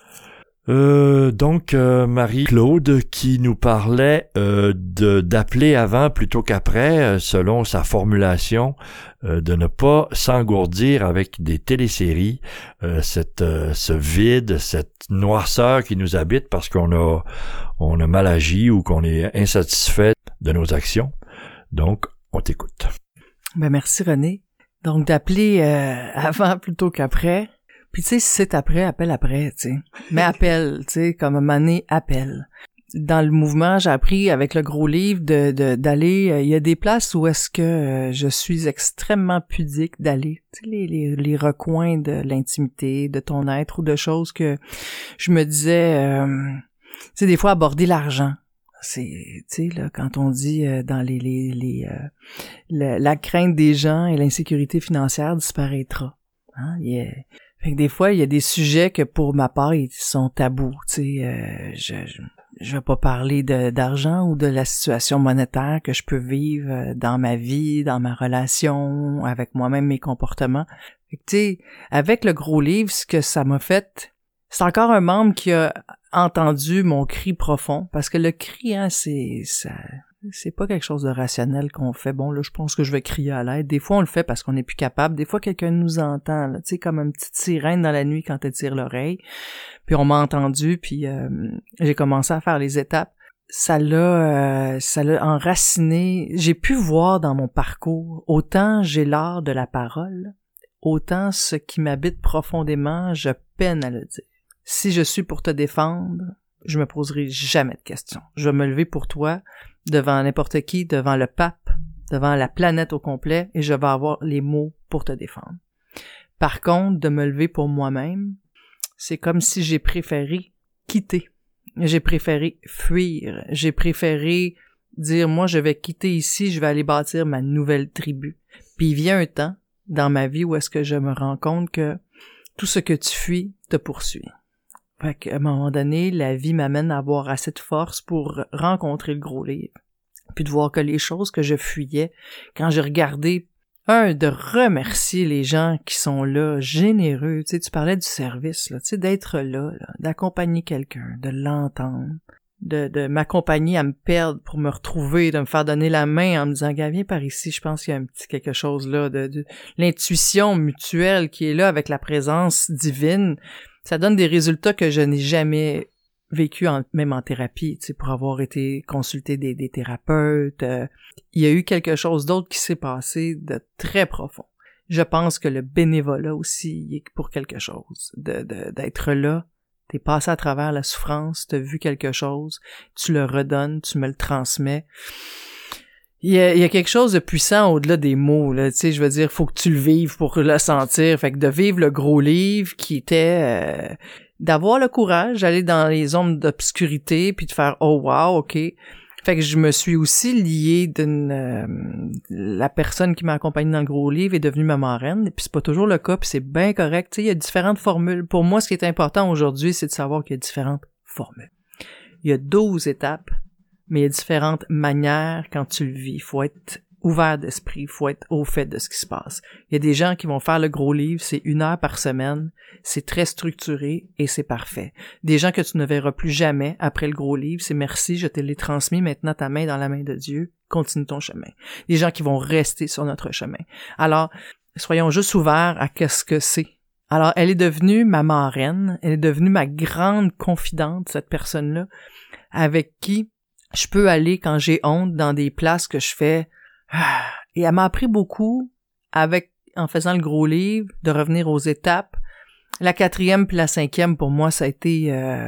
Speaker 2: Euh, donc euh, Marie-Claude qui nous parlait euh, de d'appeler avant plutôt qu'après, euh, selon sa formulation, euh, de ne pas s'engourdir avec des téléséries, euh, cette euh, ce vide, cette noirceur qui nous habite parce qu'on a on a mal agi ou qu'on est insatisfait de nos actions. Donc on t'écoute.
Speaker 3: Ben merci René. Donc d'appeler euh, avant plutôt qu'après. Puis tu sais, si c'est après, appelle après, tu sais. Mais appelle, tu sais, comme un moment donné, appelle. Dans le mouvement, j'ai appris avec le gros livre de, de d'aller, il euh, y a des places où est-ce que euh, je suis extrêmement pudique d'aller. Tu sais, les, les, les recoins de l'intimité, de ton être ou de choses que je me disais, euh, tu sais, des fois aborder l'argent. C'est, tu sais, là, quand on dit euh, dans les, les, les euh, la, la crainte des gens et l'insécurité financière disparaîtra. Hein, yeah. Fait que des fois, il y a des sujets que pour ma part, ils sont tabous, tu sais, euh, je, je je vais pas parler de d'argent ou de la situation monétaire que je peux vivre dans ma vie, dans ma relation, avec moi-même, mes comportements. Fait que tu sais, avec le gros livre, ce que ça m'a fait, c'est encore un membre qui a entendu mon cri profond, parce que le cri, hein, c'est ça. C'est pas quelque chose de rationnel qu'on fait. Bon, là, je pense que je vais crier à l'aide. Des fois, on le fait parce qu'on n'est plus capable. Des fois, quelqu'un nous entend, là, tu sais, comme une petite sirène dans la nuit quand elle tire l'oreille. Puis on m'a entendu, puis euh, j'ai commencé à faire les étapes. Ça l'a, euh, ça l'a enraciné. J'ai pu voir dans mon parcours, autant j'ai l'art de la parole, autant ce qui m'habite profondément, je peine à le dire. Si je suis pour te défendre, je me poserai jamais de questions. Je vais me lever pour toi, devant n'importe qui, devant le pape, devant la planète au complet, et je vais avoir les mots pour te défendre. Par contre, de me lever pour moi-même, c'est comme si j'ai préféré quitter. J'ai préféré fuir. J'ai préféré dire, moi, je vais quitter ici, je vais aller bâtir ma nouvelle tribu. Puis il vient un temps dans ma vie où est-ce que je me rends compte que tout ce que tu fuis te poursuit. Fait qu'à un moment donné, la vie m'amène à avoir assez de force pour rencontrer le gros livre. Puis de voir que les choses que je fuyais, quand j'ai regardé, un, de remercier les gens qui sont là, généreux, tu sais, tu parlais du service, là, tu sais, d'être là, là, d'accompagner quelqu'un, de l'entendre, de, de m'accompagner à me perdre pour me retrouver, de me faire donner la main en me disant « Gars, viens par ici, je pense qu'il y a un petit quelque chose là, de, de l'intuition mutuelle qui est là avec la présence divine. » Ça donne des résultats que je n'ai jamais vécu en, même en thérapie, tu sais, pour avoir été consulté des, des thérapeutes. Euh, il y a eu quelque chose d'autre qui s'est passé de très profond. Je pense que le bénévolat aussi est pour quelque chose, de, de d'être là. T'es passé à travers la souffrance, t'as vu quelque chose, tu le redonnes, tu me le transmets. Il y a, il y a quelque chose de puissant au-delà des mots, là, tu sais, je veux dire, faut que tu le vives pour le sentir. Fait que de vivre le gros livre qui était... Euh, d'avoir le courage d'aller dans les ombres d'obscurité puis de faire « Oh wow, OK ». Fait que je me suis aussi liée d'une... Euh, la personne qui m'a accompagnée dans le gros livre est devenue ma marraine, et puis c'est pas toujours le cas, puis c'est bien correct. Tu sais, il y a différentes formules. Pour moi, ce qui est important aujourd'hui, c'est de savoir qu'il y a différentes formules. Il y a douze étapes, mais il y a différentes manières quand tu le vis. Il faut être ouvert d'esprit, il faut être au fait de ce qui se passe. Il y a des gens qui vont faire le gros livre, c'est une heure par semaine, c'est très structuré et c'est parfait. Des gens que tu ne verras plus jamais après le gros livre, c'est merci, je te l'ai transmis, maintenant ta main dans la main de Dieu, continue ton chemin. Des gens qui vont rester sur notre chemin. Alors, soyons juste ouverts à qu'est-ce que c'est. Alors, elle est devenue ma marraine, elle est devenue ma grande confidente, cette personne-là, avec qui je peux aller quand j'ai honte dans des places que je fais. Et elle m'a appris beaucoup avec, en faisant le gros livre, de revenir aux étapes. La quatrième puis la cinquième, pour moi, ça a été, euh,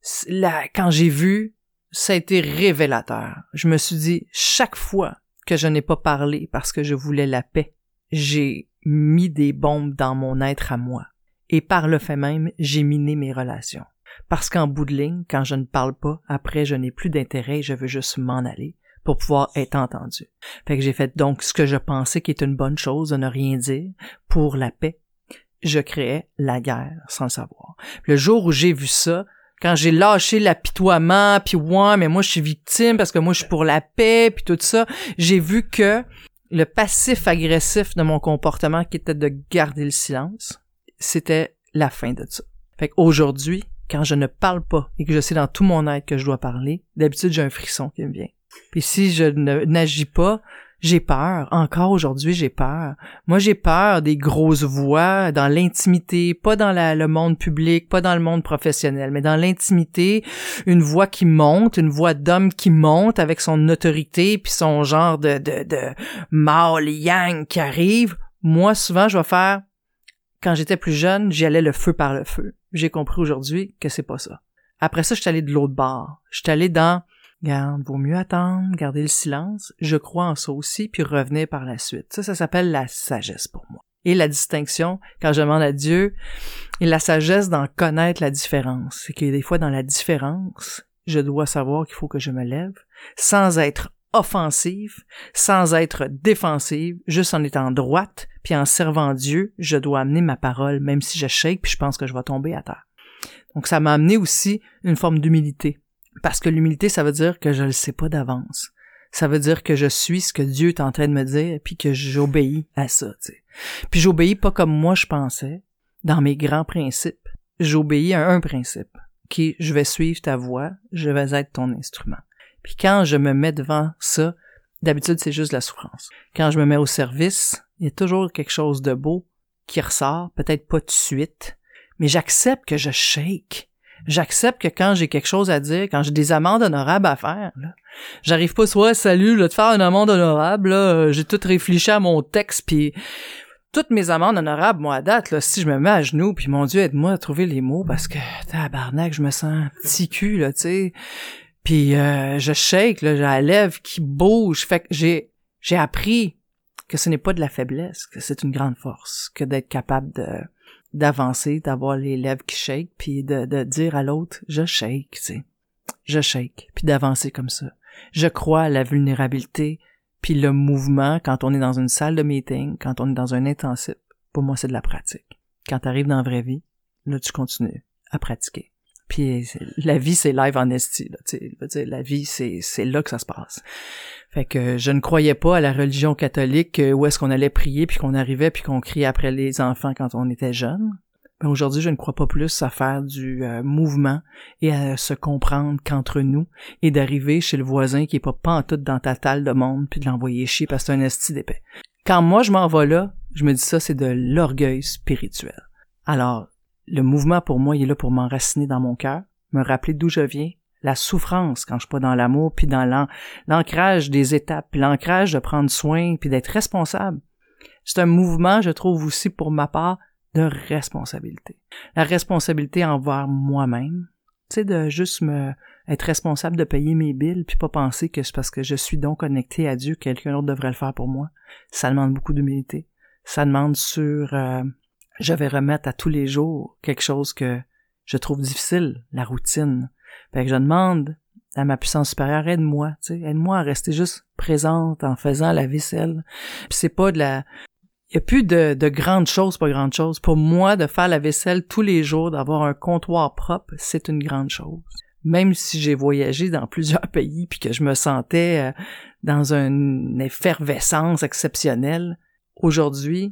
Speaker 3: la, quand j'ai vu, ça a été révélateur. Je me suis dit, chaque fois que je n'ai pas parlé parce que je voulais la paix, j'ai mis des bombes dans mon être à moi. Et par le fait même, j'ai miné mes relations. Parce qu'en bout de ligne, quand je ne parle pas, après, je n'ai plus d'intérêt et je veux juste m'en aller pour pouvoir être entendu. Fait que j'ai fait donc ce que je pensais qui est une bonne chose de ne rien dire pour la paix. Je créais la guerre sans le savoir. Le jour où j'ai vu ça, quand j'ai lâché l'apitoiement, puis ouais, mais moi je suis victime parce que moi je suis pour la paix, puis tout ça, j'ai vu que le passif agressif de mon comportement qui était de garder le silence, c'était la fin de ça. Fait qu'aujourd'hui, quand je ne parle pas et que je sais dans tout mon être que je dois parler, d'habitude j'ai un frisson qui me vient. Puis si je ne, n'agis pas, j'ai peur. Encore aujourd'hui, j'ai peur. Moi, j'ai peur des grosses voix dans l'intimité, pas dans la, le monde public, pas dans le monde professionnel, mais dans l'intimité, une voix qui monte, une voix d'homme qui monte avec son autorité puis son genre de, de, de mâle yang qui arrive. Moi, souvent, je vais faire, quand j'étais plus jeune, j'y allais le feu par le feu. J'ai compris aujourd'hui que c'est pas ça. Après ça, je suis allée de l'autre bord. Je suis allée dans Garde, vaut mieux attendre, garder le silence. Je crois en ça aussi, puis revenir par la suite. Ça, ça s'appelle la sagesse pour moi. Et la distinction, quand je demande à Dieu, et la sagesse d'en connaître la différence. C'est que des fois, dans la différence, je dois savoir qu'il faut que je me lève, sans être offensive, sans être défensive, juste en étant droite, puis en servant Dieu, je dois amener ma parole, même si je shake, puis je pense que je vais tomber à terre. Donc, ça m'a amené aussi une forme d'humilité. Parce que l'humilité, ça veut dire que je le sais pas d'avance. Ça veut dire que je suis ce que Dieu est en train de me dire, puis que j'obéis à ça, tu sais. Puis j'obéis pas comme moi je pensais, dans mes grands principes. J'obéis à un principe, qui est « je vais suivre ta voie, je vais être ton instrument ». Puis quand je me mets devant ça, d'habitude c'est juste la souffrance. Quand je me mets au service, il y a toujours quelque chose de beau qui ressort, peut-être pas tout de suite, mais j'accepte que je shake. J'accepte que quand j'ai quelque chose à dire, quand j'ai des amendes honorables à faire, là, j'arrive pas soit salut, là, de faire une amende honorable, là, j'ai tout réfléchi à mon texte, puis toutes mes amendes honorables, moi, à date, là, si je me mets à genoux, puis mon Dieu, aide-moi à trouver les mots, parce que, tabarnak, je me sens petit cul, là, tu sais, puis euh, je shake, là, j'ai la lèvre qui bouge, fait que j'ai, j'ai appris que ce n'est pas de la faiblesse, que c'est une grande force, que d'être capable de d'avancer, d'avoir les lèvres qui shake, puis de, de dire à l'autre, je shake, tu sais, je shake, puis d'avancer comme ça. Je crois à la vulnérabilité, puis le mouvement, quand on est dans une salle de meeting, quand on est dans un intensif, pour moi, c'est de la pratique. Quand t'arrives dans la vraie vie, là, tu continues à pratiquer. Puis la vie, c'est live en esti, là, tu sais, la vie, c'est c'est là que ça se passe. Fait que je ne croyais pas à la religion catholique où est-ce qu'on allait prier puis qu'on arrivait puis qu'on criait après les enfants quand on était jeune. Ben aujourd'hui, je ne crois pas plus à faire du euh, mouvement et à se comprendre qu'entre nous et d'arriver chez le voisin qui est pas pantoute dans ta talle de monde puis de l'envoyer chier parce que c'est un esti d'épais. Quand moi, je m'en vais là, je me dis ça, c'est de l'orgueil spirituel. Alors, le mouvement, pour moi, il est là pour m'enraciner dans mon cœur, me rappeler d'où je viens, la souffrance quand je suis pas dans l'amour, puis dans l'an- l'ancrage des étapes, puis l'ancrage de prendre soin, puis d'être responsable. C'est un mouvement, je trouve aussi, pour ma part, de responsabilité. La responsabilité envers moi-même, tu sais, de juste me être responsable de payer mes billes, puis pas penser que c'est parce que je suis donc connecté à Dieu que quelqu'un d'autre devrait le faire pour moi. Ça demande beaucoup d'humilité. Ça demande sur... Euh, je vais remettre à tous les jours quelque chose que je trouve difficile, la routine. Fait que je demande à ma puissance supérieure, aide-moi, tu sais, aide-moi à rester juste présente en faisant la vaisselle. Puis c'est pas de la... Il y a plus de, de grandes choses, pas grandes choses. Pour moi, de faire la vaisselle tous les jours, d'avoir un comptoir propre, c'est une grande chose. Même si j'ai voyagé dans plusieurs pays puis que je me sentais euh, dans une effervescence exceptionnelle, aujourd'hui,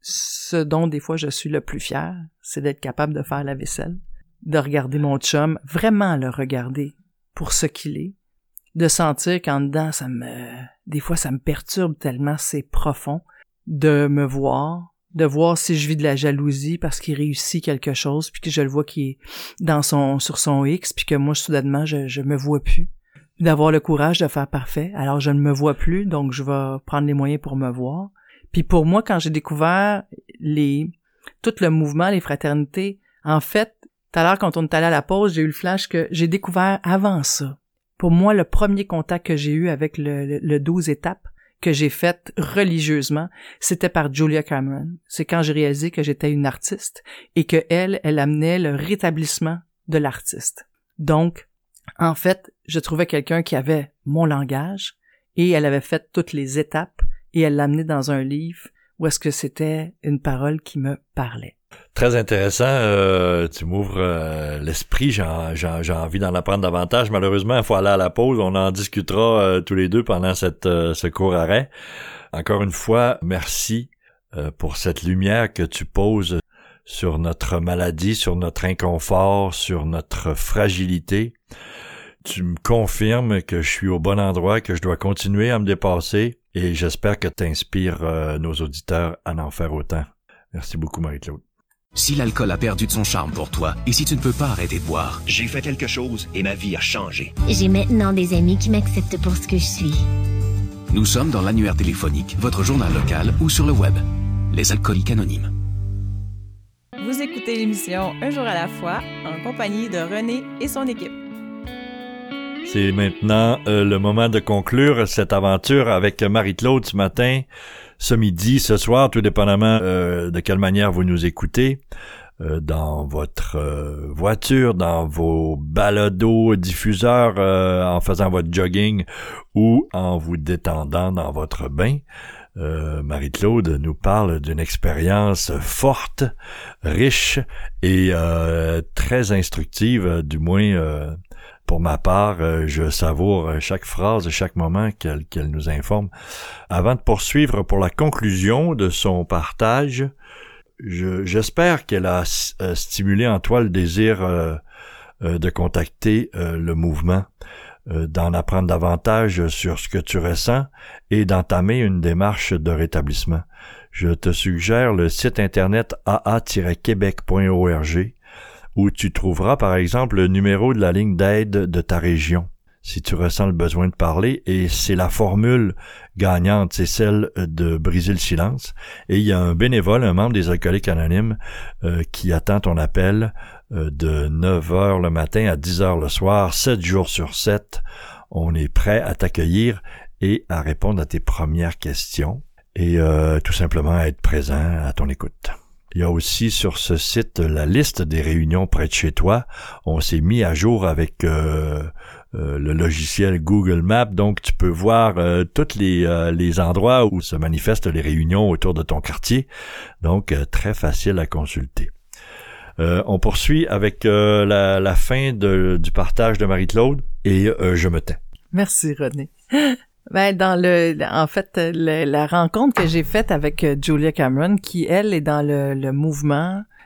Speaker 3: ce dont des fois je suis le plus fier, c'est d'être capable de faire la vaisselle, de regarder mon chum, vraiment le regarder pour ce qu'il est, de sentir qu'en dedans, ça me, des fois ça me perturbe tellement, c'est profond, de me voir, de voir si je vis de la jalousie parce qu'il réussit quelque chose, puis que je le vois qui est dans son, sur son X, puis que moi, soudainement, je, je me vois plus. D'avoir le courage de faire parfait, alors je ne me vois plus, donc je vais prendre les moyens pour me voir. Puis pour moi, quand j'ai découvert les tout le mouvement, les fraternités, en fait, tout à l'heure, quand on est allé à la pause, j'ai eu le flash que j'ai découvert avant ça. Pour moi, le premier contact que j'ai eu avec le, le, le douze étapes que j'ai fait religieusement, c'était par Julia Cameron. C'est quand j'ai réalisé que j'étais une artiste et que elle, elle amenait le rétablissement de l'artiste. Donc, en fait, je trouvais quelqu'un qui avait mon langage et elle avait fait toutes les étapes et elle l'amenait dans un livre où est-ce que c'était une parole qui me parlait.
Speaker 2: Très intéressant. Euh, tu m'ouvres euh, l'esprit. J'ai, j'ai, j'ai envie d'en apprendre davantage. Malheureusement, il faut aller à la pause. On en discutera euh, tous les deux pendant cette, euh, ce court arrêt. Encore une fois, merci euh, pour cette lumière que tu poses sur notre maladie, sur notre inconfort, sur notre fragilité. Tu me confirmes que je suis au bon endroit, que je dois continuer à me dépasser et j'espère que tu inspires euh, nos auditeurs à en faire autant. Merci beaucoup, Marie-Claude.
Speaker 6: Si l'alcool a perdu de son charme pour toi et si tu ne peux pas arrêter de boire,
Speaker 7: j'ai fait quelque chose et ma vie a changé.
Speaker 8: J'ai maintenant des amis qui m'acceptent pour ce que je suis.
Speaker 6: Nous sommes dans l'annuaire téléphonique, votre journal local ou sur le web. Les Alcooliques Anonymes.
Speaker 1: Vous écoutez l'émission Un jour à la fois en compagnie de René et son équipe.
Speaker 2: C'est maintenant euh, le moment de conclure cette aventure avec Marie-Claude ce matin, ce midi, ce soir, tout dépendamment euh, de quelle manière vous nous écoutez, euh, dans votre euh, voiture, dans vos balados diffuseurs, euh, en faisant votre jogging ou en vous détendant dans votre bain. Euh, Marie-Claude nous parle d'une expérience forte, riche et euh, très instructive, du moins euh, pour ma part, euh, je savoure chaque phrase, chaque moment qu'elle, qu'elle nous informe. Avant de poursuivre pour la conclusion de son partage, je, j'espère qu'elle a euh, stimulé en toi le désir euh, euh, de contacter euh, le mouvement, euh, d'en apprendre davantage sur ce que tu ressens et d'entamer une démarche de rétablissement. Je te suggère le site internet a a tiret québec point org où tu trouveras par exemple le numéro de la ligne d'aide de ta région si tu ressens le besoin de parler, et c'est la formule gagnante, c'est celle de briser le silence. Et il y a un bénévole, un membre des Alcooliques Anonymes euh, qui attend ton appel euh, de neuf heures le matin à dix heures le soir, sept jours sur sept. On est prêt à t'accueillir et à répondre à tes premières questions et euh, tout simplement à être présent à ton écoute. Il y a aussi sur ce site la liste des réunions près de chez toi. On s'est mis à jour avec euh, euh, le logiciel Google Maps, donc tu peux voir euh, tous les, euh, les endroits où se manifestent les réunions autour de ton quartier. Donc, euh, très facile à consulter. Euh, on poursuit avec euh, la, la fin de, du partage de Marie-Claude et euh, je me tais.
Speaker 3: Merci, René. Ben, dans le, en fait, le, la rencontre que j'ai faite avec Julia Cameron, qui, elle, est dans le, le mouvement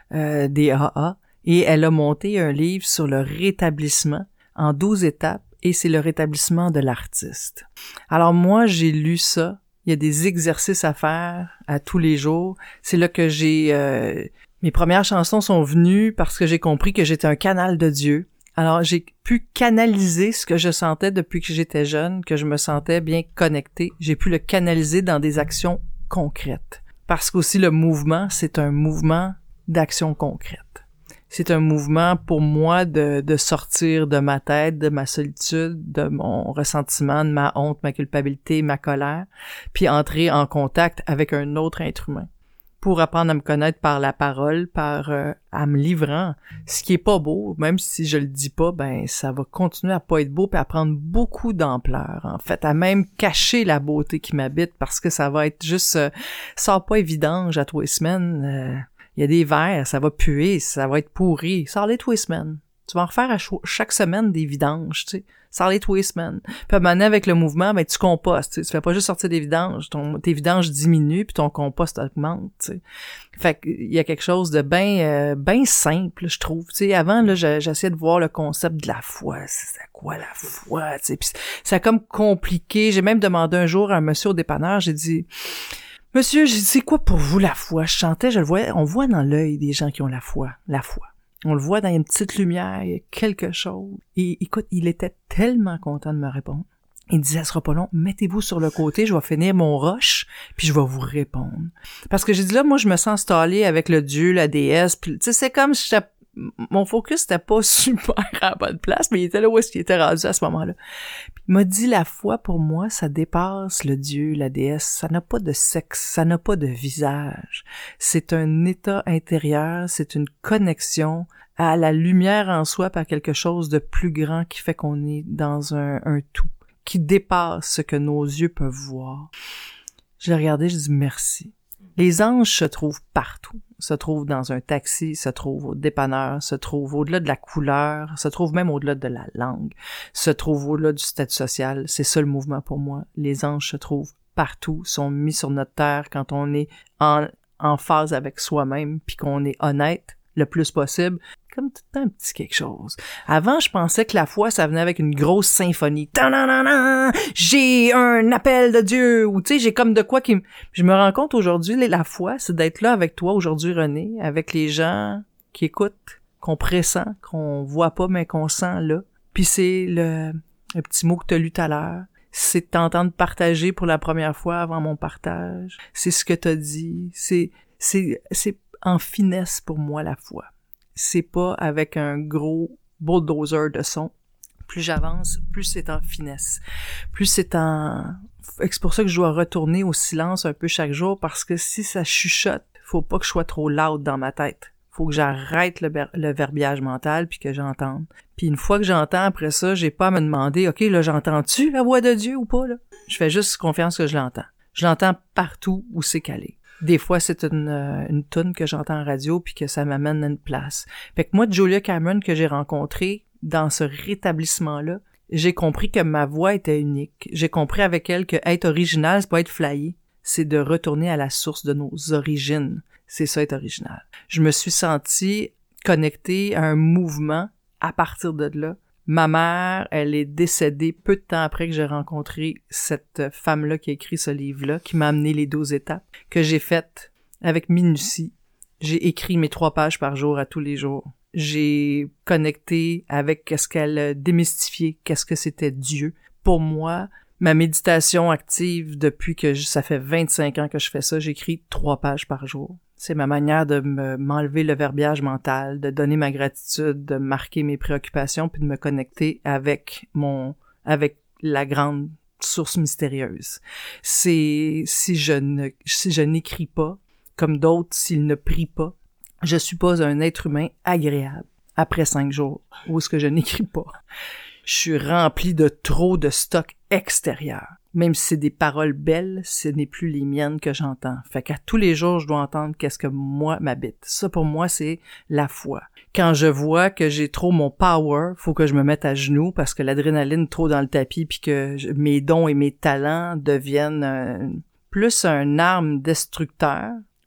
Speaker 3: euh, des A A, et elle a monté un livre sur le rétablissement en douze étapes, et c'est le rétablissement de l'artiste. Alors moi, j'ai lu ça. Il y a des exercices à faire à tous les jours. C'est là que j'ai... Euh, mes premières chansons sont venues parce que j'ai compris que j'étais un canal de Dieu. Alors, j'ai pu canaliser ce que je sentais depuis que j'étais jeune, que je me sentais bien connectée. J'ai pu le canaliser dans des actions concrètes. Parce qu'aussi, le mouvement, c'est un mouvement d'action concrète. C'est un mouvement pour moi de, de sortir de ma tête, de ma solitude, de mon ressentiment, de ma honte, ma culpabilité, ma colère, puis entrer en contact avec un autre être humain pour apprendre à me connaître par la parole, par euh, à me livrant. Ce qui est pas beau, même si je le dis pas, ben ça va continuer à pas être beau puis à prendre beaucoup d'ampleur, en fait, à même cacher la beauté qui m'habite parce que ça va être juste... Euh, ça va pas être vidange à tous les semaines... Euh, il y a des vers, ça va puer, ça va être pourri. Sors-les tous les semaines. Tu vas en refaire à ch- chaque semaine des vidanges, tu sais. Sors-les tous les semaines. Puis à un moment donné, avec le mouvement, ben tu compostes, tu sais. Tu fais pas juste sortir des vidanges. Ton, tes vidanges diminuent, puis ton compost augmente, tu sais. Fait qu'il y a quelque chose de bien euh, ben simple, je trouve. Tu sais, avant, là, j'essayais de voir le concept de la foi. C'est quoi la foi, tu sais. Puis c'est comme compliqué. J'ai même demandé un jour à un monsieur au dépanneur, j'ai dit... Monsieur, j'ai dit, c'est quoi pour vous la foi? Je chantais, je le voyais, on voit dans l'œil des gens qui ont la foi, la foi. On le voit dans une petite lumière, il y a quelque chose. Et écoute, il était tellement content de me répondre. Il disait, ça sera pas long, mettez-vous sur le côté, je vais finir mon rush, puis je vais vous répondre. Parce que j'ai dit là, moi, je me sens installée avec le Dieu, la déesse, puis tu sais, c'est comme si j'étais... Mon focus c'était pas super à la bonne place, mais il était là où est-ce qu'il était rendu à ce moment-là. Puis il m'a dit, la foi, pour moi, ça dépasse le Dieu, la déesse. Ça n'a pas de sexe, ça n'a pas de visage. C'est un état intérieur, c'est une connexion à la lumière en soi par quelque chose de plus grand qui fait qu'on est dans un, un tout, qui dépasse ce que nos yeux peuvent voir. Je l'ai regardé, je dis merci. Les anges se trouvent partout. Se trouvent dans un taxi, se trouvent au dépanneur, se trouvent au-delà de la couleur, se trouvent même au-delà de la langue, se trouvent au-delà du statut social. C'est ça le mouvement pour moi. Les anges se trouvent partout, sont mis sur notre terre quand on est en, en phase avec soi-même puis qu'on est honnête le plus possible. Comme tout un petit quelque chose. Avant, je pensais que la foi, ça venait avec une grosse symphonie. Ta-na-na-na! J'ai un appel de Dieu! Ou tu sais, j'ai comme de quoi qui... Je me rends compte aujourd'hui, la foi, c'est d'être là avec toi aujourd'hui, René, avec les gens qui écoutent, qu'on pressent, qu'on voit pas, mais qu'on sent là. Puis c'est le, le petit mot que tu as lu tout à l'heure. C'est t'entendre partager pour la première fois avant mon partage. C'est ce que tu as dit. C'est, c'est, c'est en finesse pour moi, la foi. C'est pas avec un gros bulldozer de son. Plus j'avance, plus c'est en finesse. Plus c'est en... C'est pour ça que je dois retourner au silence un peu chaque jour, parce que si ça chuchote, faut pas que je sois trop loud dans ma tête. Faut que j'arrête le, ber- le verbiage mental puis que j'entende. Puis une fois que j'entends, après ça, j'ai pas à me demander, OK, là, j'entends-tu la voix de Dieu ou pas, là? Je fais juste confiance que je l'entends. Je l'entends partout où c'est calé. Des fois, c'est une, euh, une toune que j'entends en radio puis que ça m'amène à une place. Fait que moi, Julia Cameron, que j'ai rencontrée dans ce rétablissement-là, j'ai compris que ma voix était unique. J'ai compris avec elle que être original, c'est pas être flyé. C'est de retourner à la source de nos origines. C'est ça, être original. Je me suis sentie connectée à un mouvement à partir de là. Ma mère, elle est décédée peu de temps après que j'ai rencontré cette femme-là qui a écrit ce livre-là, qui m'a amené les douze étapes, que j'ai faites avec minutie. J'ai écrit mes trois pages par jour à tous les jours. J'ai connecté avec qu'est-ce qu'elle a démystifié, qu'est-ce que c'était Dieu. Pour moi, ma méditation active depuis que je, ça fait vingt-cinq ans que je fais ça, j'écris trois pages par jour. C'est ma manière de me, m'enlever le verbiage mental, de donner ma gratitude, de marquer mes préoccupations, puis de me connecter avec mon, avec la grande source mystérieuse. C'est, si je ne, si je n'écris pas, comme d'autres, s'ils ne prient pas, je suis pas un être humain agréable après cinq jours, où est-ce que je n'écris pas. Je suis rempli de trop de stock extérieur. Même si c'est des paroles belles, ce n'est plus les miennes que j'entends. Fait qu'à tous les jours, je dois entendre qu'est-ce que moi m'habite. Ça, pour moi, c'est la foi. Quand je vois que j'ai trop mon power, faut que je me mette à genoux parce que l'adrénaline trop dans le tapis puis que je, mes dons et mes talents deviennent un, plus un arme destructeur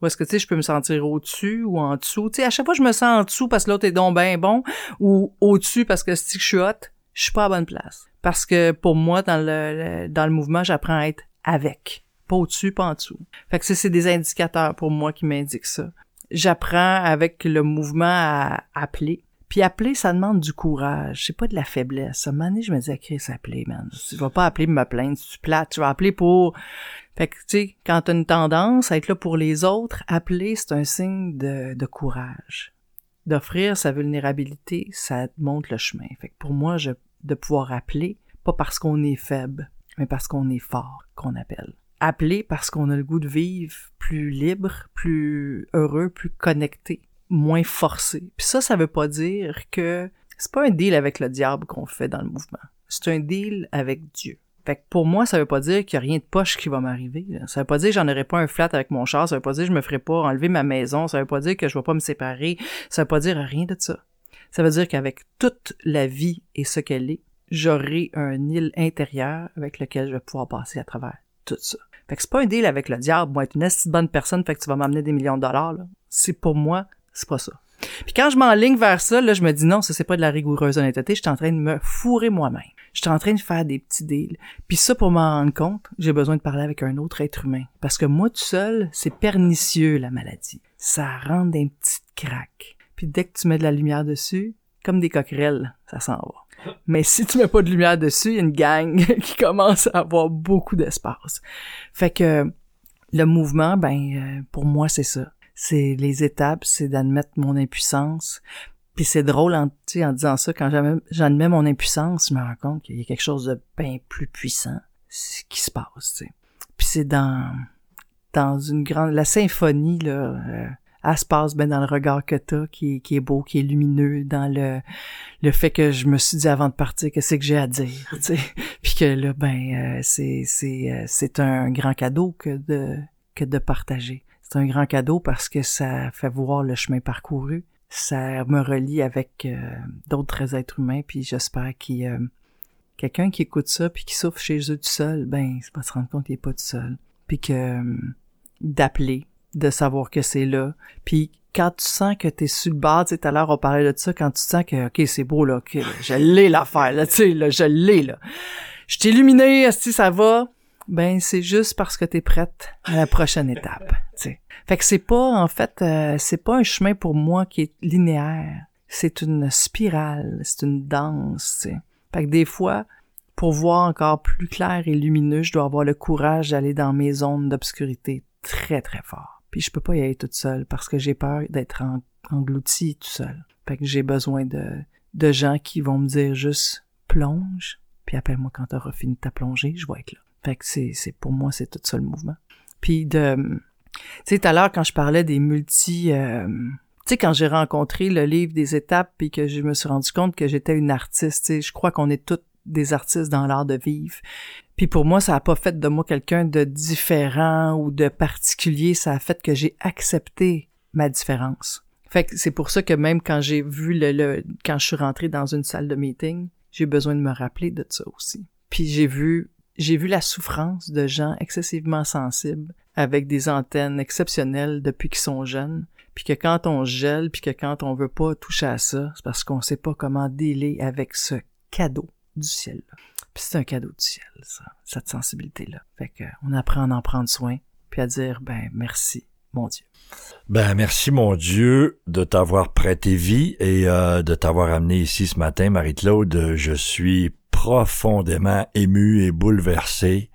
Speaker 3: Ou est-ce que, tu sais, je peux me sentir au-dessus ou en dessous? Tu sais, à chaque fois, je me sens en dessous parce que l'autre est donc ben bon, ou au-dessus parce que si je suis hot, je suis pas à la bonne place. Parce que pour moi, dans le, le dans le mouvement, j'apprends à être avec. Pas au-dessus, pas en dessous. Fait que ça, c'est des indicateurs pour moi qui m'indiquent ça. J'apprends avec le mouvement à appeler. Puis appeler, ça demande du courage. C'est pas de la faiblesse. À un moment donné, je me disais, Chris, appeler, man. Je vais pas appeler pour me plaindre. Si tu plates, je vais appeler pour... Fait que, tu sais, quand t'as une tendance à être là pour les autres, appeler, c'est un signe de, de courage. D'offrir sa vulnérabilité, ça te montre le chemin. Fait que pour moi, je, de pouvoir appeler, pas parce qu'on est faible, mais parce qu'on est fort, qu'on appelle. Appeler parce qu'on a le goût de vivre plus libre, plus heureux, plus connecté, moins forcé. Puis ça, ça veut pas dire que c'est pas un deal avec le diable qu'on fait dans le mouvement. C'est un deal avec Dieu. Fait que pour moi, ça veut pas dire qu'il y a rien de poche qui va m'arriver. Là. Ça veut pas dire que j'en aurai pas un flat avec mon char. Ça veut pas dire que je me ferai pas enlever ma maison. Ça veut pas dire que je vais pas me séparer. Ça veut pas dire rien de ça. Ça veut dire qu'avec toute la vie et ce qu'elle est, j'aurai un île intérieur avec lequel je vais pouvoir passer à travers tout ça. Fait que c'est pas un deal avec le diable. Moi, être une assez bonne personne, fait que tu vas m'amener des millions de dollars, là. C'est pour moi, c'est pas ça. Puis quand je m'enligne vers ça, là, je me dis non, ça c'est pas de la rigoureuse honnêteté, je suis en train de me fourrer moi-même. Je suis en train de faire des petits deals. Puis ça, pour m'en rendre compte, j'ai besoin de parler avec un autre être humain. Parce que moi, tout seul, c'est pernicieux, la maladie. Ça rentre des petites craques. Puis dès que tu mets de la lumière dessus, comme des coquerelles, ça s'en va. Mais si tu mets pas de lumière dessus, il y a une gang qui commence à avoir beaucoup d'espace. Fait que le mouvement, ben, euh, pour moi, c'est ça. C'est les étapes, c'est d'admettre mon impuissance. Puis c'est drôle en, en disant ça, quand j'admets mon impuissance, je me rends compte qu'il y a quelque chose de bien plus puissant qui se passe, tu sais. Puis c'est dans dans une grande... La symphonie, là, euh, elle se passe ben dans le regard que t'as, qui, qui est beau, qui est lumineux, dans le le fait que je me suis dit avant de partir que c'est que j'ai à dire, tu sais. Puis que là, ben, euh, c'est c'est euh, c'est un grand cadeau que de que de partager. C'est un grand cadeau parce que ça fait voir le chemin parcouru. Ça me relie avec euh, d'autres êtres humains, puis j'espère qu'il y a euh, quelqu'un qui écoute ça puis qui souffre chez eux tout seul, ben, c'est pas se rendre compte qu'il est pas tout seul. Puis que euh, d'appeler, de savoir que c'est là. Puis quand tu sens que t'es sur le bord, tu sais, tout à l'heure on parlait de ça, quand tu sens que, OK, c'est beau, là, OK, je l'ai l'affaire, là, tu sais, là, je l'ai, là. Je t'ai illuminé, si ça va, ben, c'est juste parce que t'es prête à la prochaine étape, tu sais. Fait que c'est pas, en fait, euh, c'est pas un chemin pour moi qui est linéaire. C'est une spirale, c'est une danse, tu sais. Fait que des fois, pour voir encore plus clair et lumineux, je dois avoir le courage d'aller dans mes zones d'obscurité très, très fort. Puis je peux pas y aller toute seule parce que j'ai peur d'être en, engloutie tout seul. Fait que j'ai besoin de, de gens qui vont me dire juste « plonge », puis appelle-moi quand t'auras fini ta plongée, je vais être là. Fait que c'est, c'est pour moi, c'est tout ça le mouvement. Puis de... Tu sais, tout à l'heure, quand je parlais des multi... Euh, tu sais, quand j'ai rencontré le livre des étapes puis que je me suis rendu compte que j'étais une artiste, tu sais, je crois qu'on est toutes des artistes dans l'art de vivre. Puis pour moi, ça a pas fait de moi quelqu'un de différent ou de particulier, ça a fait que j'ai accepté ma différence. Fait que c'est pour ça que même quand j'ai vu le, le quand je suis rentrée dans une salle de meeting, j'ai besoin de me rappeler de ça aussi. Puis j'ai vu j'ai vu la souffrance de gens excessivement sensibles avec des antennes exceptionnelles depuis qu'ils sont jeunes, puis que quand on gèle, puis que quand on veut pas toucher à ça, c'est parce qu'on sait pas comment dealer avec ce cadeau du ciel-là. Puis c'est un cadeau du ciel, ça, cette sensibilité-là. Fait que on apprend à en prendre soin, puis à dire, ben merci, mon Dieu.
Speaker 2: Ben merci, mon Dieu, de t'avoir prêté vie et euh, de t'avoir amené ici ce matin, Marie-Claude. Je suis profondément ému et bouleversé.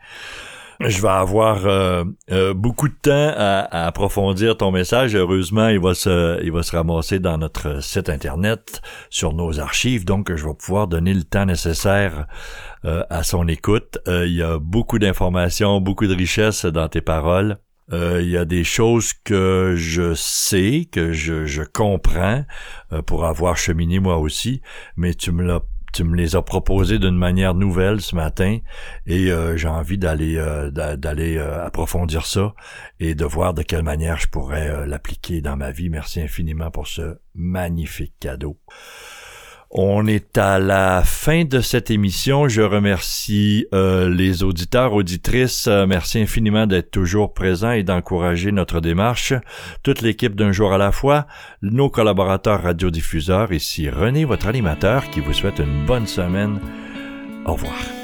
Speaker 2: Je vais avoir euh, euh, beaucoup de temps à, à approfondir ton message. Heureusement, il va se il va se ramasser dans notre site internet, sur nos archives, donc je vais pouvoir donner le temps nécessaire euh, à son écoute. Euh, il y a beaucoup d'informations, beaucoup de richesses dans tes paroles. Euh, il y a des choses que je sais, que je, je comprends euh, pour avoir cheminé moi aussi, mais tu me l'as Tu me les as proposés d'une manière nouvelle ce matin et euh, j'ai envie d'aller euh, d'aller euh, approfondir ça et de voir de quelle manière je pourrais euh, l'appliquer dans ma vie. Merci infiniment pour ce magnifique cadeau. On est à la fin de cette émission. Je remercie euh, les auditeurs, auditrices. Euh, merci infiniment d'être toujours présents et d'encourager notre démarche. Toute l'équipe d'Un jour à la fois, nos collaborateurs radiodiffuseurs. Ici René, votre animateur, qui vous souhaite une bonne semaine. Au revoir.